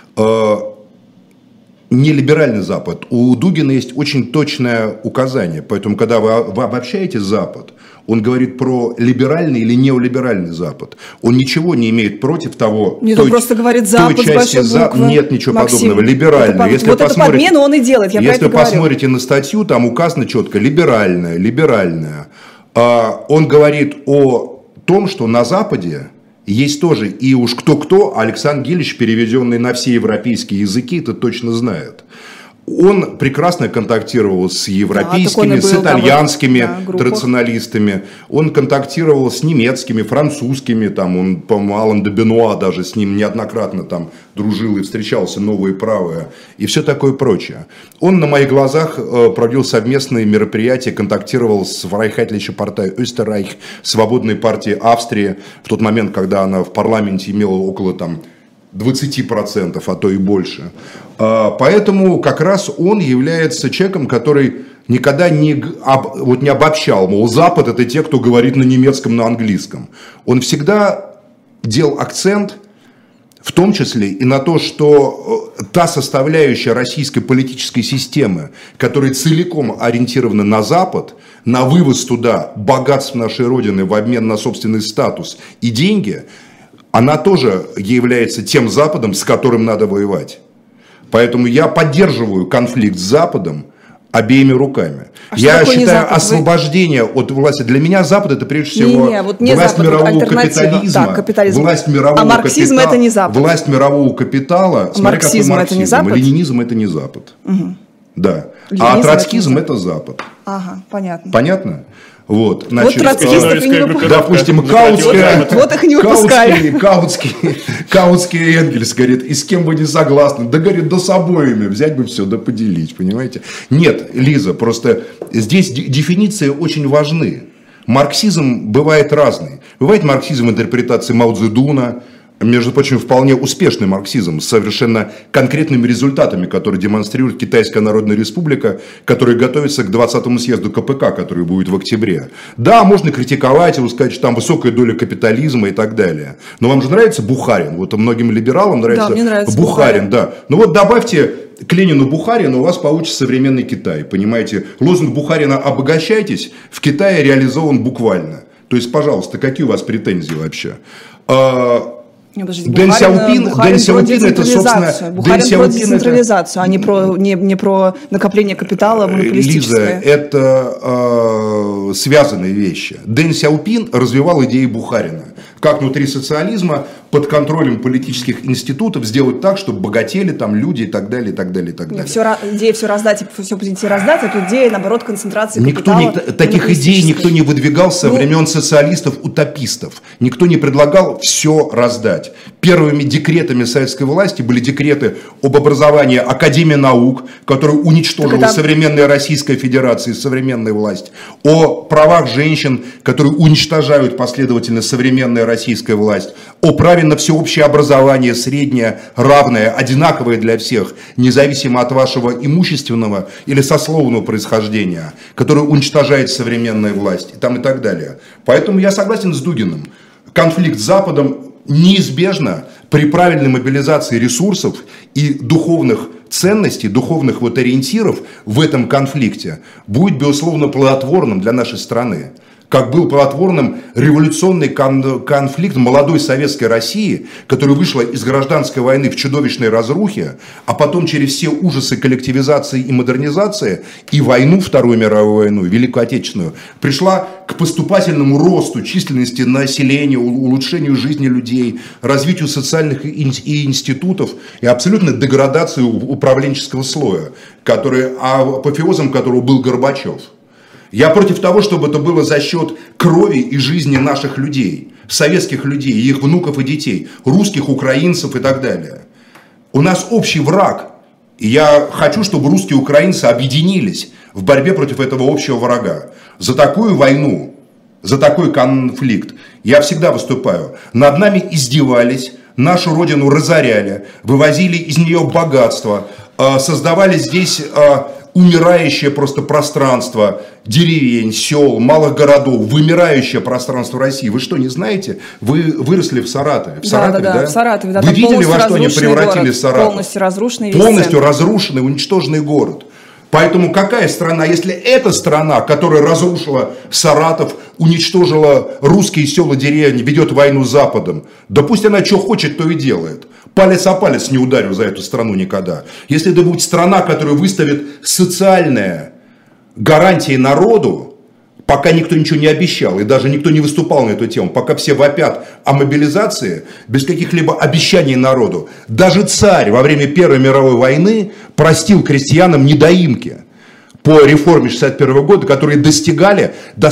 Не либеральный Запад. У Дугина есть очень точное указание. Поэтому, когда вы обобщаете Запад, он говорит про либеральный или неолиберальный Запад. Он ничего не имеет против того... Нет, он просто говорит Запад с большой буквы. Нет ничего подобного. Либеральный. Вот эту подмену он и делает, я про это говорю. Если посмотрите на статью, там указано четко либеральная. Он говорит о том, что на Западе есть тоже, и уж кто-кто, Александр Гильевич, переведенный на все европейские языки, это точно знает. Он прекрасно контактировал с европейскими, с итальянскими традиционалистами. Он контактировал с немецкими, французскими. Там он, по-моему, Алан де Бенуа даже с ним неоднократно там дружил и встречался, новые правые. И все такое прочее. Он на моих глазах проводил совместные мероприятия, контактировал с Фрайхайтliche Partei Österreich, Свободной партией Австрии. В тот момент, когда она в парламенте имела около там 20%, а то и больше. Поэтому как раз он является человеком, который никогда не обобщал, мол, Запад это те, кто говорит на немецком, на английском. Он всегда делал акцент, в том числе и на то, что та составляющая российской политической системы, которая целиком ориентирована на Запад, на вывоз туда богатств нашей Родины в обмен на собственный статус и деньги, она тоже является тем Западом, с которым надо воевать. Поэтому я поддерживаю конфликт с Западом обеими руками. Я считаю освобождение от власти. Для меня Запад это прежде всего власть мирового капитализма. Власть мирового марксизм это не Запад. Власть мирового капитала. Марксизм это не Запад. Ленинизм это не Запад. Угу. Да. А троцкизм это Запад. Ага, понятно. Понятно? Вот, значит, вот троцкистов не выпускали. Допустим, Каутская, вот их не выпускали. Каутский Энгельс говорит, и с кем вы не согласны? Да, говорит, да с обоими, взять бы все, да поделить, понимаете? Нет, Лиза, просто здесь дефиниции очень важны. Марксизм бывает разный. Бывает марксизм интерпретации Мао Цзэдуна, между прочим, вполне успешный марксизм с совершенно конкретными результатами, которые демонстрирует Китайская Народная Республика, которая готовится к 20-му съезду КПК, который будет в октябре. Да, можно критиковать, сказать, что там высокая доля капитализма и так далее. Но вам же нравится Бухарин? Вот многим либералам нравится, да, мне нравится Бухарин. Да. Ну вот добавьте к Ленину Бухарина, у вас получится современный Китай. Понимаете, лозунг Бухарина «обогащайтесь» в Китае реализован буквально. То есть, пожалуйста, какие у вас претензии вообще? Дэн Сяопин это, собственно, Бухарин про децентрализацию, а не про накопление капитала монополистическое. Лиза, это связанные вещи. Дэн Сяопин развивал идеи Бухарина. Как внутри социализма под контролем политических институтов сделать так, чтобы богатели там люди и так далее, и так далее, и так далее. Идея все раздать, все позитивно раздать, это идея, наоборот, концентрации капитала. Таких идей никто не выдвигал со времен социалистов-утопистов. Никто не предлагал все раздать. Первыми декретами советской власти были декреты об образовании Академии наук, которую уничтожила современная Российская Федерация, современная власть. О правах женщин, которые уничтожают последовательно современная российская власть. О праве на всеобщее образование, среднее, равное, одинаковое для всех, независимо от вашего имущественного или сословного происхождения, которое уничтожает современная власть и так далее. Поэтому я согласен с Дугиным. Конфликт с Западом неизбежно при правильной мобилизации ресурсов и духовных ценностей, духовных ориентиров в этом конфликте будет, безусловно, плодотворным для нашей страны. Как был плодотворным революционный конфликт молодой советской России, которая вышла из гражданской войны в чудовищной разрухе, а потом через все ужасы коллективизации и модернизации, и войну, Вторую мировую войну, Великую Отечественную, пришла к поступательному росту численности населения, улучшению жизни людей, развитию социальных и институтов и абсолютной деградации управленческого слоя, апофеозом которого был Горбачев. Я против того, чтобы это было за счет крови и жизни наших людей, советских людей, их внуков и детей, русских, украинцев и так далее. У нас общий враг, и я хочу, чтобы русские и украинцы объединились в борьбе против этого общего врага. За такую войну, за такой конфликт я всегда выступаю. Над нами издевались, нашу родину разоряли, вывозили из нее богатство, создавали здесь умирающее просто пространство деревень, сел, малых городов, вымирающее пространство России. Вы что, не знаете? Вы выросли в Саратове. В Саратове, да? В Саратове. Да, вы видели, во что они превратили Саратов? Полностью разрушенный. Полностью разрушенный, уничтоженный город. Поэтому какая страна, если эта страна, которая разрушила Саратов, уничтожила русские села, деревни, ведет войну с Западом, да пусть она что хочет, то и делает. Палец о палец не ударю за эту страну никогда. Если это будет страна, которая выставит социальные гарантии народу, пока никто ничего не обещал, и даже никто не выступал на эту тему, пока все вопят о мобилизации, без каких-либо обещаний народу. Даже царь во время Первой мировой войны простил крестьянам недоимки по реформе 1961 года, которые достигали до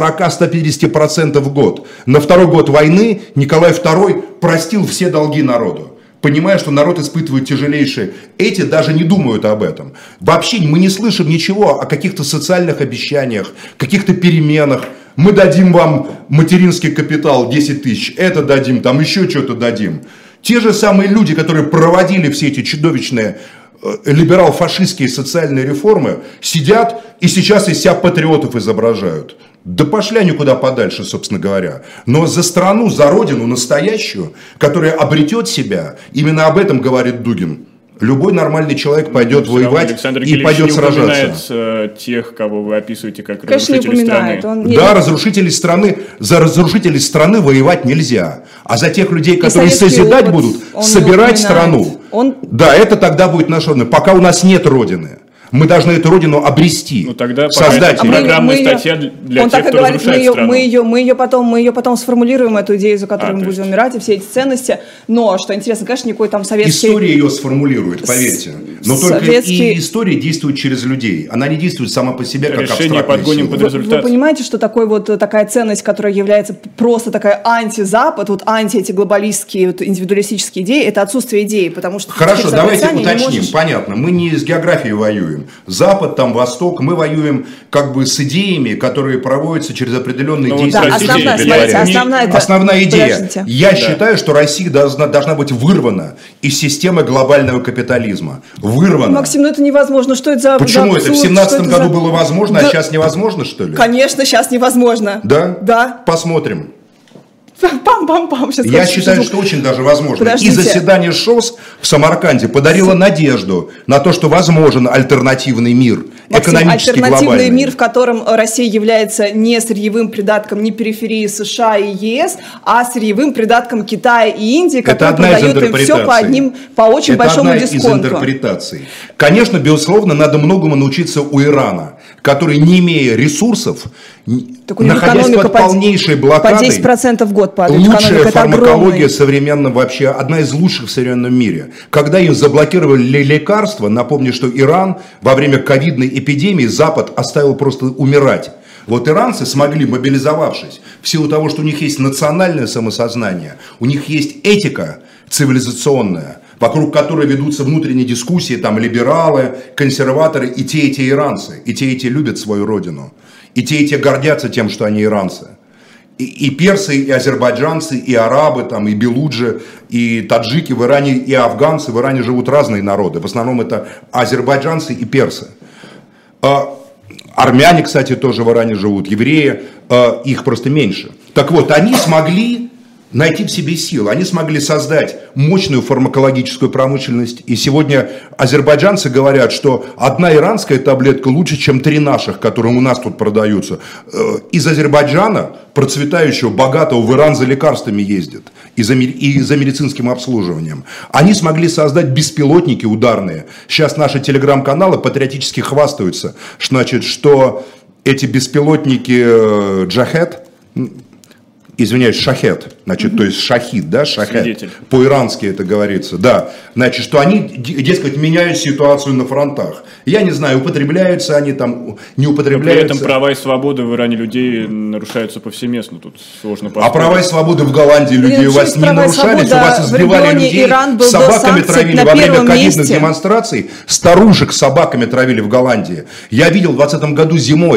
140-150% в год. На второй год войны Николай II простил все долги народу, понимая, что народ испытывает тяжелейшие. Эти даже не думают об этом. Вообще мы не слышим ничего о каких-то социальных обещаниях, каких-то переменах. Мы дадим вам материнский капитал 10 тысяч, это дадим, там еще что-то дадим. Те же самые люди, которые проводили все эти чудовищные либерал-фашистские социальные реформы, сидят и сейчас из себя патриотов изображают. Да пошли они куда подальше, собственно говоря. Но за страну, за родину настоящую, которая обретет себя, именно об этом говорит Дугин. Любой нормальный человек пойдет воевать и пойдет сражаться. Тех, кого вы описываете как разрушители страны. Да, разрушители страны. За разрушителей страны воевать нельзя. А за тех людей, которые созидать будут, собирать страну. Да, это тогда будет наша родина. Пока у нас нет родины. Мы должны эту родину обрести, ну, тогда создать. Программная статья для тех, кто разрушает страну. Мы ее потом сформулируем, эту идею, за которую мы будем умирать, и все эти ценности. Но, что интересно, конечно, никакой там советский... История ее сформулирует, поверьте. Но только и история действует через людей. Она не действует сама по себе, как решение подгоним под результат. Вы понимаете, что такая ценность, которая является просто такая антизапад, вот анти эти глобалистские, вот, индивидуалистические идеи, это отсутствие идеи, потому что... Хорошо, давайте уточним, понятно. Мы не с географией воюем. Запад, там, Восток, мы воюем как бы с идеями, которые проводятся через определенные действия. Основная идея. Подождите. Я считаю, что Россия должна быть вырвана из системы глобального капитализма. Вырвана. Максим, ну это невозможно. Что это за Почему это? В 17 году было возможно, а сейчас невозможно, что ли? Конечно, сейчас невозможно. Да? Да. Посмотрим. Пам-пам-пам. Я считаю, что очень даже возможно. Подождите. И заседание ШОС в Самарканде подарило надежду на то, что возможен альтернативный мир, Максим, экономически альтернативный глобальный. мир, в котором Россия является не сырьевым придатком, не периферии США и ЕС, а сырьевым придатком Китая и Индии, которые продают им все по очень большому дисконту. Это одна из интерпретаций. Конечно, безусловно, надо многому научиться у Ирана, который, не имея ресурсов, находясь под полнейшей блокадой, по 10% в год падает. Лучшая фармакология современного, вообще одна из лучших в современном мире. Когда им заблокировали лекарства, напомню, что Иран во время ковидной эпидемии Запад оставил просто умирать. Вот иранцы смогли, мобилизовавшись, в силу того, что у них есть национальное самосознание, у них есть этика цивилизационная, вокруг которой ведутся внутренние дискуссии, там либералы, консерваторы, и те иранцы, и те любят свою родину, и те гордятся тем, что они иранцы. И персы, и азербайджанцы, и арабы, там, и белуджи, и таджики в Иране, и афганцы. В Иране живут разные народы. В основном это азербайджанцы и персы. Армяне, кстати, тоже в Иране живут. Евреи, их просто меньше. Так вот, они смогли найти в себе силы. Они смогли создать мощную фармакологическую промышленность. И сегодня азербайджанцы говорят, что одна иранская таблетка лучше, чем 3 наших, которые у нас тут продаются. Из Азербайджана, процветающего, богатого, в Иран за лекарствами ездят. И за медицинским обслуживанием. Они смогли создать беспилотники ударные. Сейчас наши телеграм-каналы патриотически хвастаются. Значит, что эти беспилотники Джахед... Извиняюсь, шахет, значит, то есть шахид, да, шахет, свидетель. По-ирански это говорится, да, значит, что они, дескать, меняют ситуацию на фронтах. Я не знаю, употребляются они там, не употребляются. Но при этом права и свободы в Иране людей нарушаются повсеместно, тут сложно поспорить. А права и свободы в Голландии людей у вас не нарушались, у вас избивали людей, собаками травили во время ковидных демонстраций, старушек собаками травили в Голландии. Я видел в 2020 году зимой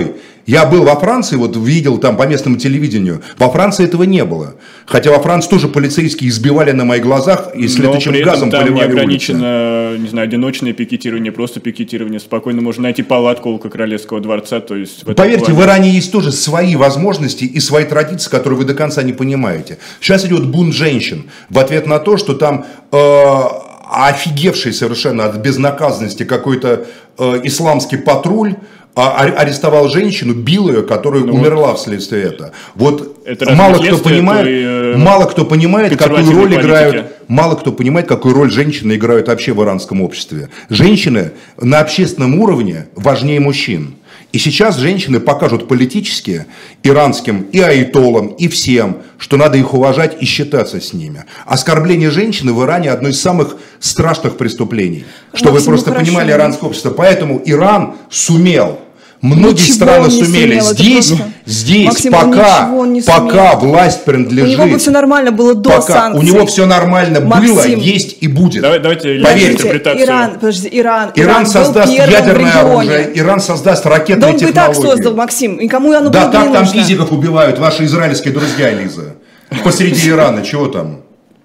Я был во Франции, вот видел там по местному телевидению. Во Франции этого не было. Хотя во Франции тоже полицейские избивали на моих глазах и с летучим газом там поливали не ограничено, не знаю, одиночное пикетирование, просто пикетирование. Спокойно можно найти палатку около Королевского дворца. То есть поверьте, в Иране есть тоже свои возможности и свои традиции, которые вы до конца не понимаете. Сейчас идет бунт женщин в ответ на то, что там офигевший совершенно от безнаказанности какой-то исламский патруль арестовал женщину, бил ее, которая умерла вследствие этого. Вот мало кто понимает, какую роль играют, мало кто понимает, какую роль женщины играют вообще в иранском обществе. Женщины на общественном уровне важнее мужчин. И сейчас женщины покажут политически иранским и аятолам, и всем, что надо их уважать и считаться с ними. Оскорбление женщины в Иране одно из самых страшных преступлений. Чтобы вы просто понимали иранское общество. Поэтому Иран сумел. Многие страны сумели. Здесь Максим, пока власть принадлежит. У него все нормально было до санкций. У него все нормально было, есть и будет. Давайте интерпретацию. Иран создаст ядерное оружие, Иран создаст ракетные технологии. Да он бы так создал, Максим. И кому оно было не нужно? Да, так там физиков убивают ваши израильские друзья, Лиза. Посреди Ирана, чего там?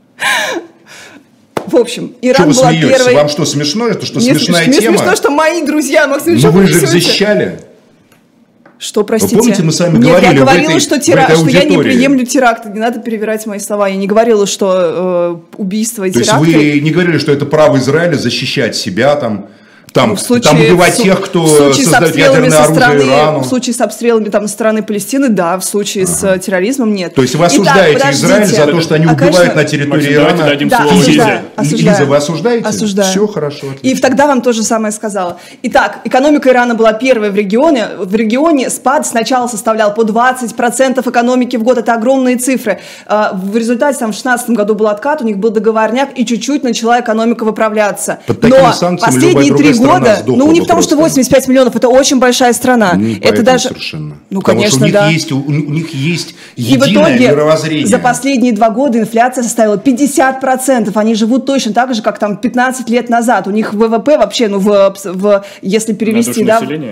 В общем, Иран была первой... Вам что, смешно? Это что, смешная тема? Мне смешно, что мои друзья, Максим, ну вы же их защищали. Что, простите? Вы помните, мы с вами говорили я говорила, что я не приемлю теракты. Не надо перебирать мои слова. Я не говорила, что убийство и теракты... То есть вы не говорили, что это право Израиля защищать себя там убивать тех, кто создает ядерное оружие Ирану. В случае с обстрелами со стороны Палестины, да, в случае с терроризмом нет. То есть вы осуждаете Израиль за то, что они убивают на территории Ирана? Да, осуждаю. Лиза, вы осуждаете? Осуждаю. Все хорошо, отлично. И тогда вам то же самое сказала. Итак, экономика Ирана была первой в регионе. В регионе спад сначала составлял по 20% экономики в год. Это огромные цифры. В результате в 2016 году был откат, у них был договорняк, и чуть-чуть начала экономика выправляться. Но последние 3 года, у них потому что 85 миллионов, это очень большая страна. Это даже, совершенно. Конечно, да. У них есть единое мировоззрение. За последние 2 года инфляция составила 50%. Они живут точно так же, как 15 лет назад. У них ВВП вообще, если перевести, да. Население?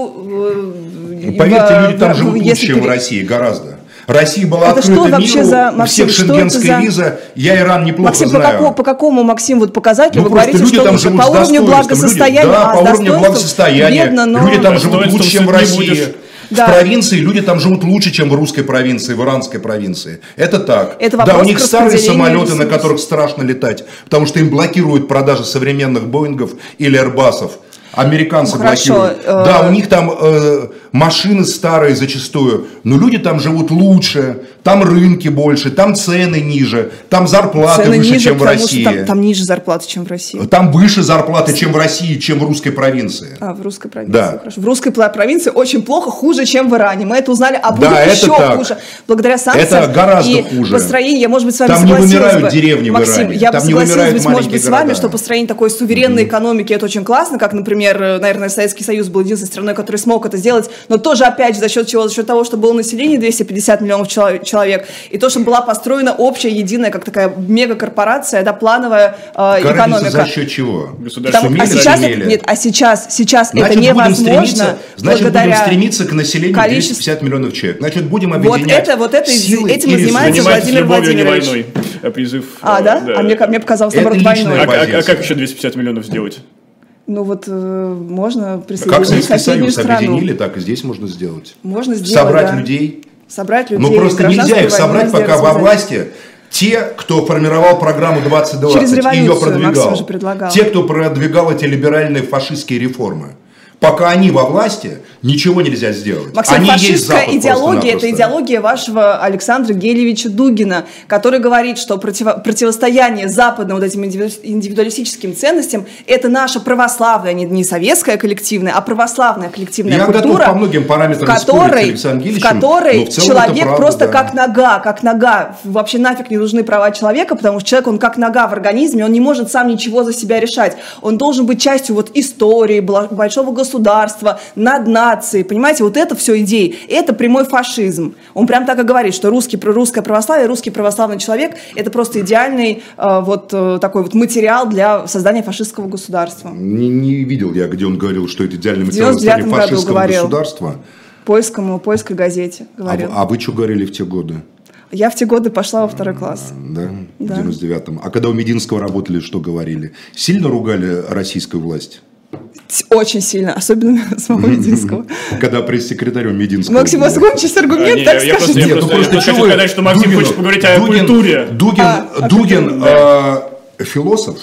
Поверьте, люди там живут лучше, чем в России, гораздо. Россия была открыта миру, у всех шенгенская виза, я Иран неплохо знаю. По какому, Максим, показателю вы говорите, что лучше? По уровню благосостояния? Да, по уровню благосостояния. Люди там живут лучше, чем в России. В провинции люди там живут лучше, чем в русской провинции, в иранской провинции. Это так. Да, у них старые самолеты, на которых страшно летать, потому что им блокируют продажи современных Боингов или Airbus'ов. Американцы блокируют. Да, у них там машины старые зачастую, но люди там живут лучше, там рынки больше, там цены ниже, там зарплаты цены выше, ниже, чем в России. Там ниже зарплаты, чем в России. Там выше зарплаты, чем в России, чем в русской провинции. В русской провинции, да. Хорошо. В русской провинции очень плохо, хуже, чем в Иране. Мы это узнали, а будет еще хуже. Благодаря санкциям это гораздо хуже. Построению, я, может быть, с вами там согласилась не вымирают деревни Максим, в Иране. Я бы согласилась, может быть, с вами, города. что построение такой суверенной экономики, это очень классно, как, например, наверное, Советский Союз был единственной страной, который смог это сделать, но тоже, опять же, за счет чего? За счет того, что было население 250 миллионов человек, и то, что была построена общая, единая, как такая мегакорпорация, да, плановая экономика. За счет чего? Сейчас это невозможно. Значит, будем стремиться к населению 250 миллионов человек. Значит, будем объединять силы. Этим и занимается Владимир Владимирович. Войной. Призыв. Да? А мне показалось, наоборот, войной. А как еще 250 миллионов сделать? Можно присоединить как Советский соседнюю Союз страну. объединили, так и здесь можно сделать. Можно сделать, собрать людей. Но просто нельзя их собрать, пока во власти те, кто формировал программу 2020 и ее продвигал. Те, кто продвигал эти либеральные фашистские реформы. Пока они во власти, ничего нельзя сделать. Максим, фашистская идеология – это идеология вашего Александра Гелевича Дугина, который говорит, что противостояние западным этим индивидуалистическим ценностям – это наша православная, не советская коллективная, а православная коллективная культура, по многим параметрам в которой человек просто как нога. Вообще нафиг не нужны права человека, потому что человек, он как нога в организме, он не может сам ничего за себя решать. Он должен быть частью истории, большого государства, над нацией, понимаете, это все идеи, это прямой фашизм. Он прям так и говорит, что русское православие, русский православный человек – это просто идеальный такой материал для создания фашистского государства. Не видел я, где он говорил, что это идеальный материал для создания фашистского государства. польской газете говорил. А вы что говорили в те годы? Я в те годы пошла во 2 класс. Да, в 99-м. А когда у Мединского работали, что говорили? Сильно ругали российскую власть? Очень сильно, особенно самого Мединского. Когда пресс-секретарем Мединского. Максим, у вас сейчас аргумент, так скажете? Я просто хочу сказать, что Максим хочет поговорить о культуре. Дугин философ.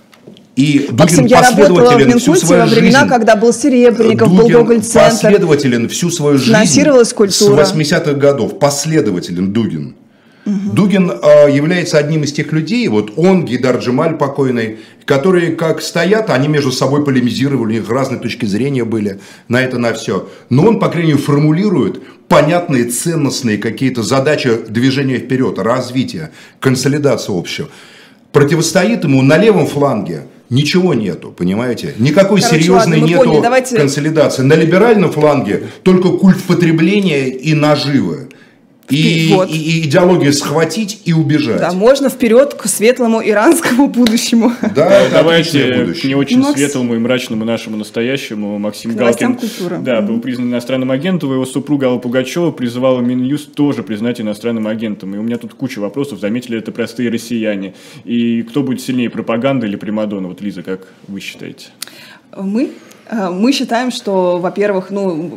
И Максим, я работала в Минкульте во времена, когда был Серебренников, был Гоголь-центр. Последователен всю свою жизнь финансировалась культура. С 80-х годов. Последователен Дугин. Дугин является одним из тех людей, вот он, Гейдар Джемаль покойный, которые как стоят, они между собой полемизировали, у них разные точки зрения были на это, на все. Но он, по крайней мере, формулирует понятные, ценностные какие-то задачи движения вперед, развития, консолидации общего. Противостоит ему на левом фланге ничего нету, понимаете? Никакой серьезной нету консолидации. На либеральном фланге только культ потребления и наживы. И идеологию схватить и убежать. Да, можно вперед к светлому иранскому будущему. Да, давайте к не очень светлому и мрачному нашему настоящему. Максим Галкин был признан иностранным агентом, его супруга Алла Пугачева призывала Минюст тоже признать иностранным агентом. И у меня тут куча вопросов, заметили это простые россияне. И кто будет сильнее, пропаганда или примадонна? Вот, Лиза, как вы считаете? Мы считаем, что, во-первых,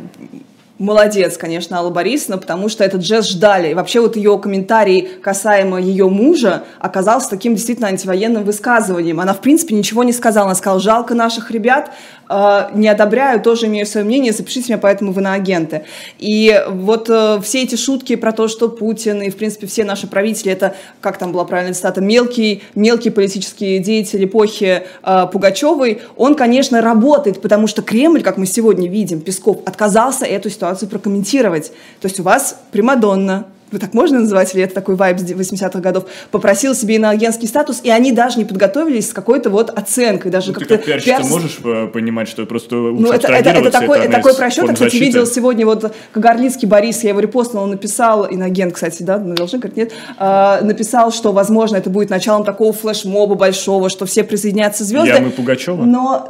молодец, конечно, Алла Борисовна, потому что этот жест ждали. И вообще вот ее комментарий касаемо ее мужа оказался таким действительно антивоенным высказыванием. Она, в принципе, ничего не сказала. Она сказала: жалко наших ребят, не одобряю, тоже имею свое мнение, запишите меня, поэтому вы на агенты. И вот все эти шутки про то, что Путин и, в принципе, все наши правители, это, как там была правильная цитата, мелкий политический деятель эпохи Пугачевой, он, конечно, работает, потому что Кремль, как мы сегодня видим, Песков, отказался эту ситуацию прокомментировать. То есть у вас примадонна, так можно называть, или это такой вайб с 80-х годов, попросил себе иноагентский статус, и они даже не подготовились с какой-то вот оценкой. Даже ты как пиарщица можешь понимать, что просто лучше это такой просчет. Я, кстати, видел сегодня вот Кагарлицкий Борис, я его репостнула, он написал, иноагент, кстати, да, мы должны говорить, нет, написал, что, возможно, это будет началом такого флешмоба большого, что все присоединятся звезды. Ямы Пугачева?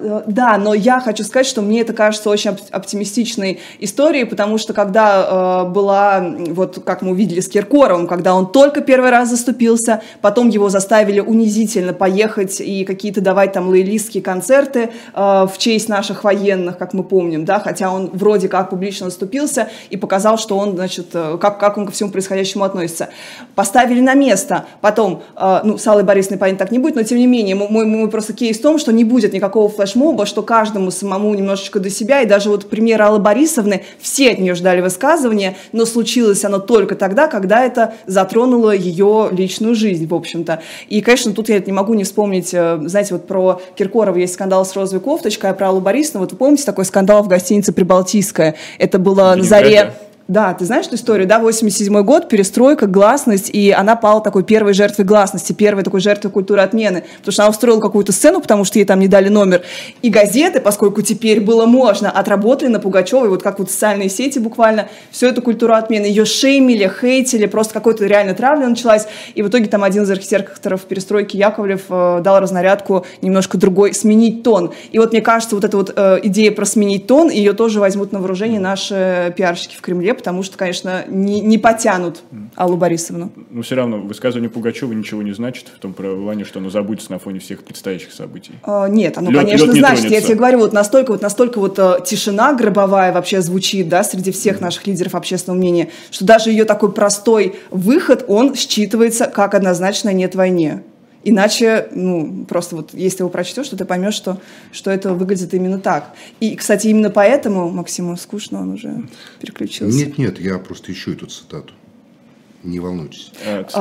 Но я хочу сказать, что мне это кажется очень оптимистичной историей, потому что когда была, вот как мы увидели, с Киркоровым, когда он только первый раз заступился, потом его заставили унизительно поехать и какие-то давать там лоялистские концерты в честь наших военных, как мы помним, да, хотя он вроде как публично заступился и показал, что он, значит, как он ко всему происходящему относится. Поставили на место, потом, с Аллой Борисовной, понятно, так не будет, но тем не менее, мой просто кейс в том, что не будет никакого флешмоба, что каждому самому немножечко до себя, и даже вот пример Аллы Борисовны, все от нее ждали высказывания, но случилось оно только тогда, когда это затронуло ее личную жизнь, в общем-то. И, конечно, тут я не могу не вспомнить, знаете, вот про Киркорова есть скандал с розовой кофточкой, а про Аллу Борисовну, вот вы помните такой скандал в гостинице «Прибалтийская»? Это было на заре... Да, ты знаешь эту историю, да, 87-й год, перестройка, гласность, и она пала такой первой жертвой гласности, первой такой жертвой культуры отмены, потому что она устроила какую-то сцену, потому что ей там не дали номер, и газеты, поскольку теперь было можно, отработали на Пугачевой, вот как вот социальные сети буквально, всю эту культуру отмены, ее шеймили, хейтили, просто какой-то реально травля началась, и в итоге там один из архитекторов перестройки Яковлев дал разнарядку немножко другой, сменить тон, и вот мне кажется, вот эта вот идея про сменить тон, ее тоже возьмут на вооружение наши пиарщики в Кремле, потому что, конечно, не потянут Аллу Борисовну. Но все равно высказывание Пугачева ничего не значит в том плане, что оно забудется на фоне всех предстоящих событий. Нет, оно, конечно, значит. Я тебе говорю, вот настолько тишина гробовая вообще звучит, да, среди всех наших лидеров общественного мнения, что даже ее такой простой выход, он считывается как однозначно «нет войне». Иначе, просто вот если его прочтешь, то ты поймешь, что это выглядит именно так. И, кстати, именно поэтому Максиму скучно, он уже переключился. Нет, я просто ищу эту цитату. Не волнуйтесь.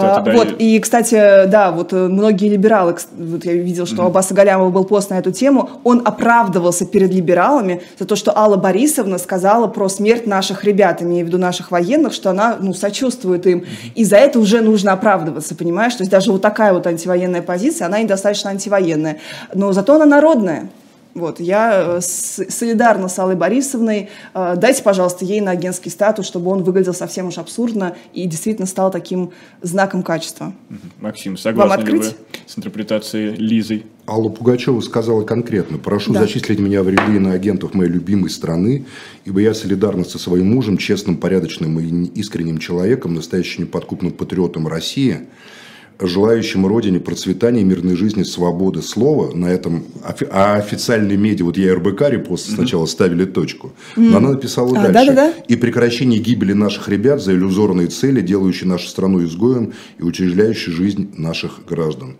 И, кстати, да, вот многие либералы, вот я видел, что Аббас Агалямов был пост на эту тему, он оправдывался перед либералами за то, что Алла Борисовна сказала про смерть наших ребят, имея в виду наших военных, что она, сочувствует им, и за это уже нужно оправдываться, понимаешь? То есть даже вот такая вот антивоенная позиция, она недостаточно антивоенная, но зато она народная. Вот, я солидарна с Аллой Борисовной. Дайте, пожалуйста, ей на агентский статус, чтобы он выглядел совсем уж абсурдно и действительно стал таким знаком качества. Максим, согласны ли вы с интерпретацией Лизы? Алла Пугачева сказала конкретно: прошу зачислить меня в ряды иноагентов моей любимой страны, ибо я солидарна со своим мужем, честным, порядочным и искренним человеком, настоящим неподкупным патриотом России, желающим родине процветания, мирной жизни, свободы слова. На этом официальные медиа, вот я РБК репост сначала ставили точку, но она написала дальше. И прекращение гибели наших ребят за иллюзорные цели, делающие нашу страну изгоем и учреждающие жизнь наших граждан.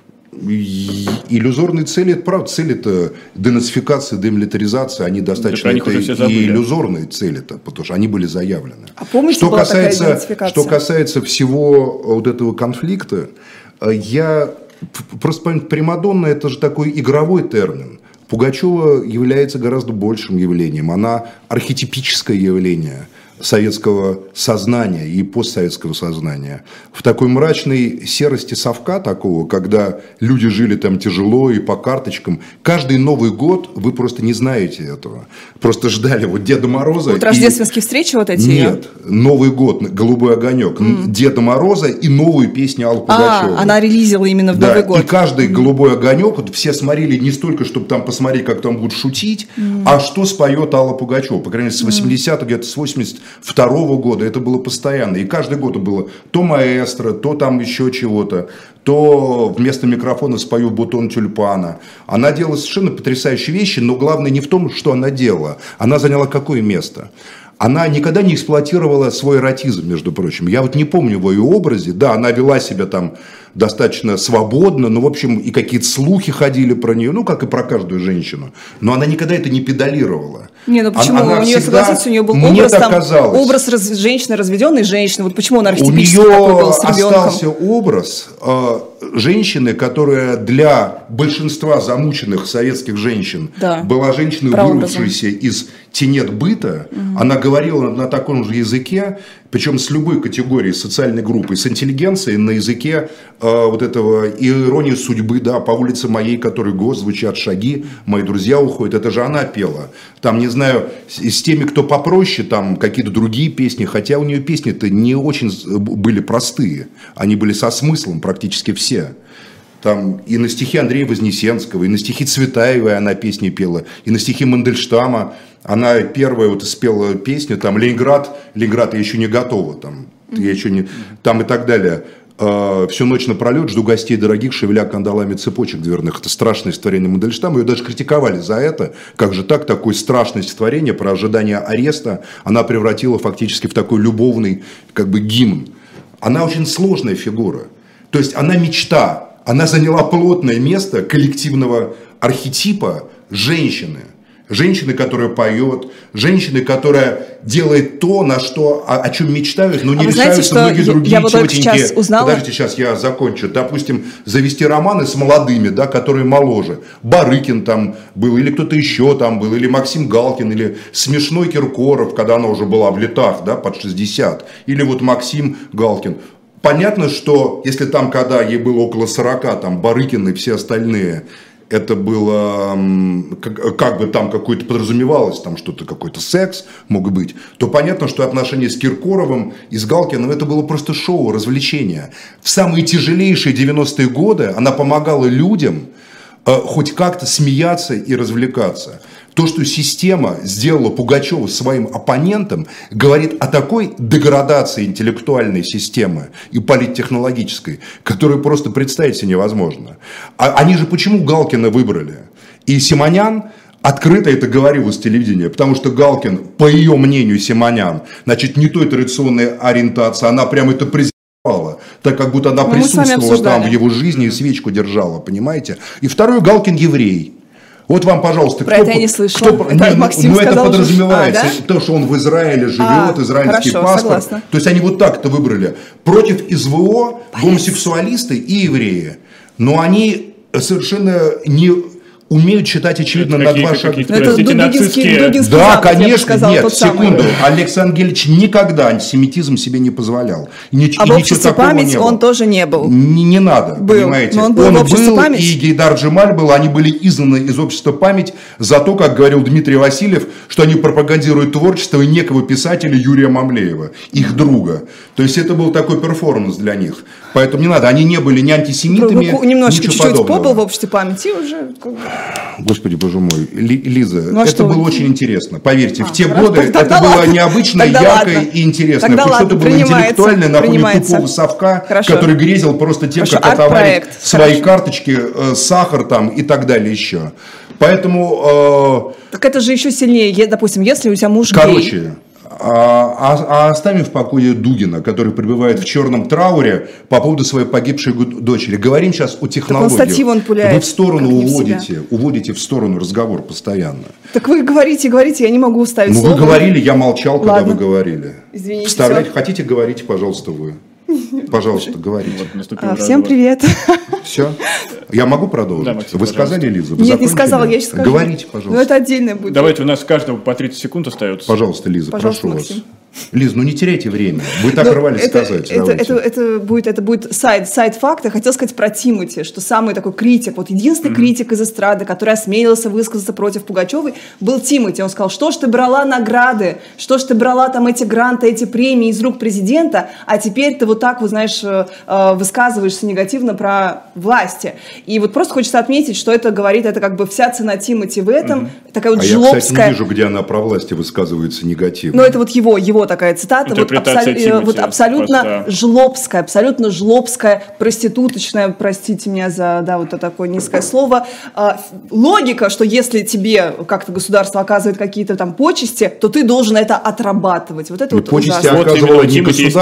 Иллюзорные цели, это правда, цели-то денацификация, демилитаризация, они достаточно и иллюзорные цели-то, потому что они были заявлены. А помните, что касается всего вот этого конфликта, я просто помню, примадонна — это же такой игровой термин. Пугачева является гораздо большим явлением, она архетипическое явление советского сознания и постсоветского сознания. В такой мрачной серости совка такого, когда люди жили там тяжело и по карточкам, каждый Новый год вы просто не знаете этого. Просто ждали вот Деда Мороза. Вот рождественские встречи вот эти? Нет, Новый год, «Голубой огонек», Деда Мороза и новую песню Аллы Пугачевой. Она релизила именно в Новый год. И каждый «Голубой огонек», вот все смотрели не столько, чтобы там посмотреть, как там будут шутить, а что споет Алла Пугачева. По крайней мере, с 80-х, где-то с 82-го года это было постоянно. И каждый год было то маэстро, то там еще чего-то, то вместо микрофона спою «Бутон тюльпана». Она делала совершенно потрясающие вещи, но главное не в том, что она делала. Она заняла какое место? Она никогда не эксплуатировала свой эротизм, между прочим. Я вот не помню в ее образе. Да, она вела себя там достаточно свободно, но, в общем, и какие-то слухи ходили про нее, ну, как и про каждую женщину. Но она никогда это не педалировала. Не, ну почему? У нее, согласитесь, у нее был образ женщины, разведенной женщины. Вот почему она архетипически такой был с ребенком? У нее остался образ женщины, которая для большинства замученных советских женщин была женщиной, вырвавшейся из тенет быта. Она говорила на таком же языке, причем с любой категорией социальной группы, с интеллигенцией, на языке вот этого иронии судьбы, да, по улице моей, который год, звучат шаги, мои друзья уходят. Это же она пела. Там, не знаю, с теми, кто попроще, там какие-то другие песни, хотя у нее песни-то не очень были простые, они были со смыслом практически все. Там и на стихи Андрея Вознесенского, и на стихи Цветаевой она песни пела, и на стихи Мандельштама. Она первая вот спела песню, там «Ленинград, я еще не готова», там, я еще не, там и так далее. «Всю ночь напролет жду гостей дорогих, шевеля кандалами цепочек дверных». Это страшное стихотворение Мандельштама. Ее даже критиковали за это. Как же так, такое страшное стихотворение про ожидание ареста она превратила фактически в такой любовный как бы гимн. Она очень сложная фигура. То есть она мечта. Она заняла плотное место коллективного архетипа женщины. Женщины, которая поет, женщины, которая делает то, на что, о чем мечтают, но не решаются многие другие тетеньки. Подождите, сейчас я закончу. Допустим, завести романы с молодыми, да, которые моложе. Барыкин там был, или кто-то еще там был, или Максим Галкин, или смешной Киркоров, когда она уже была в летах, да, под 60. Или вот Максим Галкин. Понятно, что если там, когда ей было около 40, там Барыкин и все остальные, это было, как бы там какое-то подразумевалось, там что-то, какой-то секс мог быть, то понятно, что отношения с Киркоровым и с Галкиным это было просто шоу, развлечение. В самые тяжелейшие 90-е годы она помогала людям хоть как-то смеяться и развлекаться. То, что система сделала Пугачеву своим оппонентом, говорит о такой деградации интеллектуальной системы и политтехнологической, которую просто представить себе невозможно. Они же почему Галкина выбрали? И Симонян открыто это говорил с телевидения, потому что Галкин, по ее мнению Симонян, значит, не той традиционной ориентации, она прямо это презирала, так как будто она присутствовала там в его жизни и свечку держала, понимаете? И второй, Галкин еврей. Вот вам, пожалуйста, про это я не слышала. Ну, это подразумевается, то, что он в Израиле живет, израильский паспорт. Согласна. То есть они вот так-то выбрали. Против СВО гомосексуалисты и евреи. Но они совершенно не умеют читать, очевидно, на два шага. Простите, нацистские... Да, конечно, нет, секунду. Александр Гельевич никогда антисемитизм себе не позволял. А в обществе памяти он тоже не был. Не надо, понимаете. Он был в обществе памяти. И Гейдар Джемаль был, они были изгнаны из общества память за то, как говорил Дмитрий Васильев, что они пропагандируют творчество некого писателя Юрия Мамлеева, их друга. То есть это был такой перформанс для них. Поэтому не надо, они не были ни антисемитами, немножечко ничего чуть-чуть подобного. побыл в обществе памяти уже. Господи, боже мой, Лиза, это было очень интересно. Поверьте, в те хорошо, годы это было необычно, ярко и интересно. Хоть что-то было интеллектуальное на фоне тупого совка, который грезил просто тем, как отоварить свои карточки, сахар там и так далее еще. Поэтому... Так это же еще сильнее, допустим, если у тебя муж гей. Короче, оставим в покое Дугина, который пребывает в черном трауре по поводу своей погибшей дочери. Говорим сейчас о технологиях. Вы в сторону уводите в сторону разговор постоянно. Так вы говорите, я не могу уставить слово. Вы говорили, я молчал, когда вы говорили. Извините. Вставляйте, хотите говорить, пожалуйста, вы. Пожалуйста, говорите. Всем привет. Все? Я могу продолжить? Да, Максим, вы сказали, Лиза? Нет, не сказала, я сейчас скажу. Говорите, пожалуйста. Но это отдельное будет. Давайте, у нас каждого по 30 секунд остается. Пожалуйста, Лиза, прошу Максим. вас. Лиз, не теряйте время. Вы так рвались сказать. Это будет сайт факта. Хотел сказать про Тимати, что самый такой критик, вот единственный критик из эстрады, который осмелился высказаться против Пугачевой, был Тимати. Он сказал, что ж ты брала награды, что ж ты брала там эти гранты, эти премии из рук президента, а теперь ты вот так, вот знаешь, высказываешься негативно про власти. И вот просто хочется отметить, что это говорит, это как бы вся цена Тимати в этом, такая вот жлобская. Я, кстати, не вижу, где она про власти высказывается негативно. Но это вот его такая цитата, вот абсолютно жлобская, проституточная, простите меня за вот это такое низкое слово, логика, что если тебе как-то государство оказывает какие-то там почести, то ты должен это отрабатывать. Вот это вот почести ужасно. оказывало не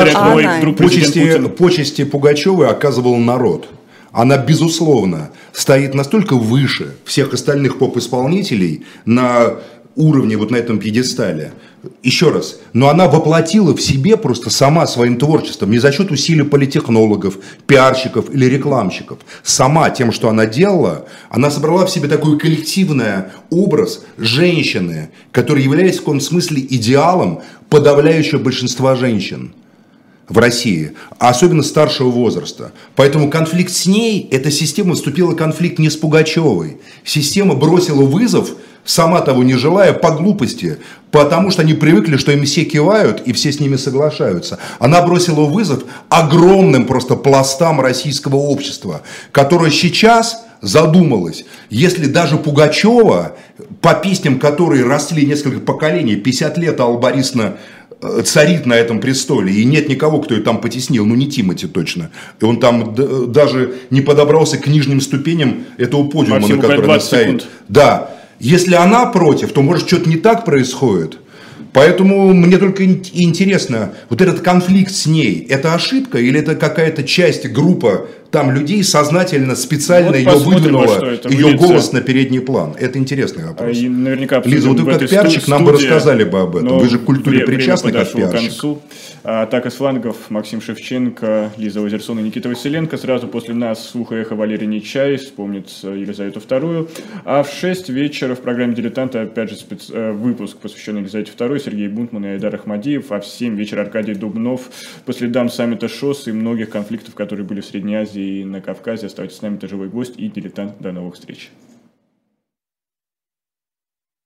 государство, почести Пугачевой оказывал народ. Она, безусловно, стоит настолько выше всех остальных поп-исполнителей на уровне, вот на этом пьедестале. Еще раз, но она воплотила в себе просто сама своим творчеством, не за счет усилий политтехнологов, пиарщиков или рекламщиков. Сама тем, что она делала, она собрала в себе такой коллективный образ женщины, который является в каком-то смысле идеалом подавляющего большинства женщин в России, а особенно старшего возраста. Поэтому конфликт с ней, эта система вступила в конфликт не с Пугачевой. Система бросила вызов, сама того не желая, по глупости, потому что они привыкли, что им все кивают и все с ними соглашаются. Она бросила вызов огромным просто пластам российского общества, которое сейчас задумалось, если даже Пугачева, по песням которой росли несколько поколений, 50 лет Алла Борисовна царит на этом престоле, и нет никого, кто ее там потеснил, не Тимати точно. И он там даже не подобрался к нижним ступеням этого подиума, на котором она стоит. Да. Если она против, то, может, что-то не так происходит. Поэтому мне только интересно, вот этот конфликт с ней, это ошибка или это какая-то часть, группа там людей сознательно, специально ее выдвинула, ее голос на передний план? Это интересный вопрос. И наверняка Лиза, вот вы как пиарщик нам бы рассказали бы об этом. Вы же к культуре причастны как пиарщик. Атака с флангов, Максим Шевченко, Лиза Лазерсон и Никита Василенко. Сразу после нас «Слух и эхо» Валерий Нечай, вспомнит Елизавету II. А в 6 вечера в программе «Дилетанты» опять же выпуск, посвященный Елизавете II, Сергей Бунтман и Айдар Ахмадиев. А в 7 вечера Аркадий Дубнов по следам саммита ШОС и многих конфликтов, которые были в Средней Азии и на Кавказе. Оставайтесь с нами, это «Живой гость» и «Дилетант». До новых встреч.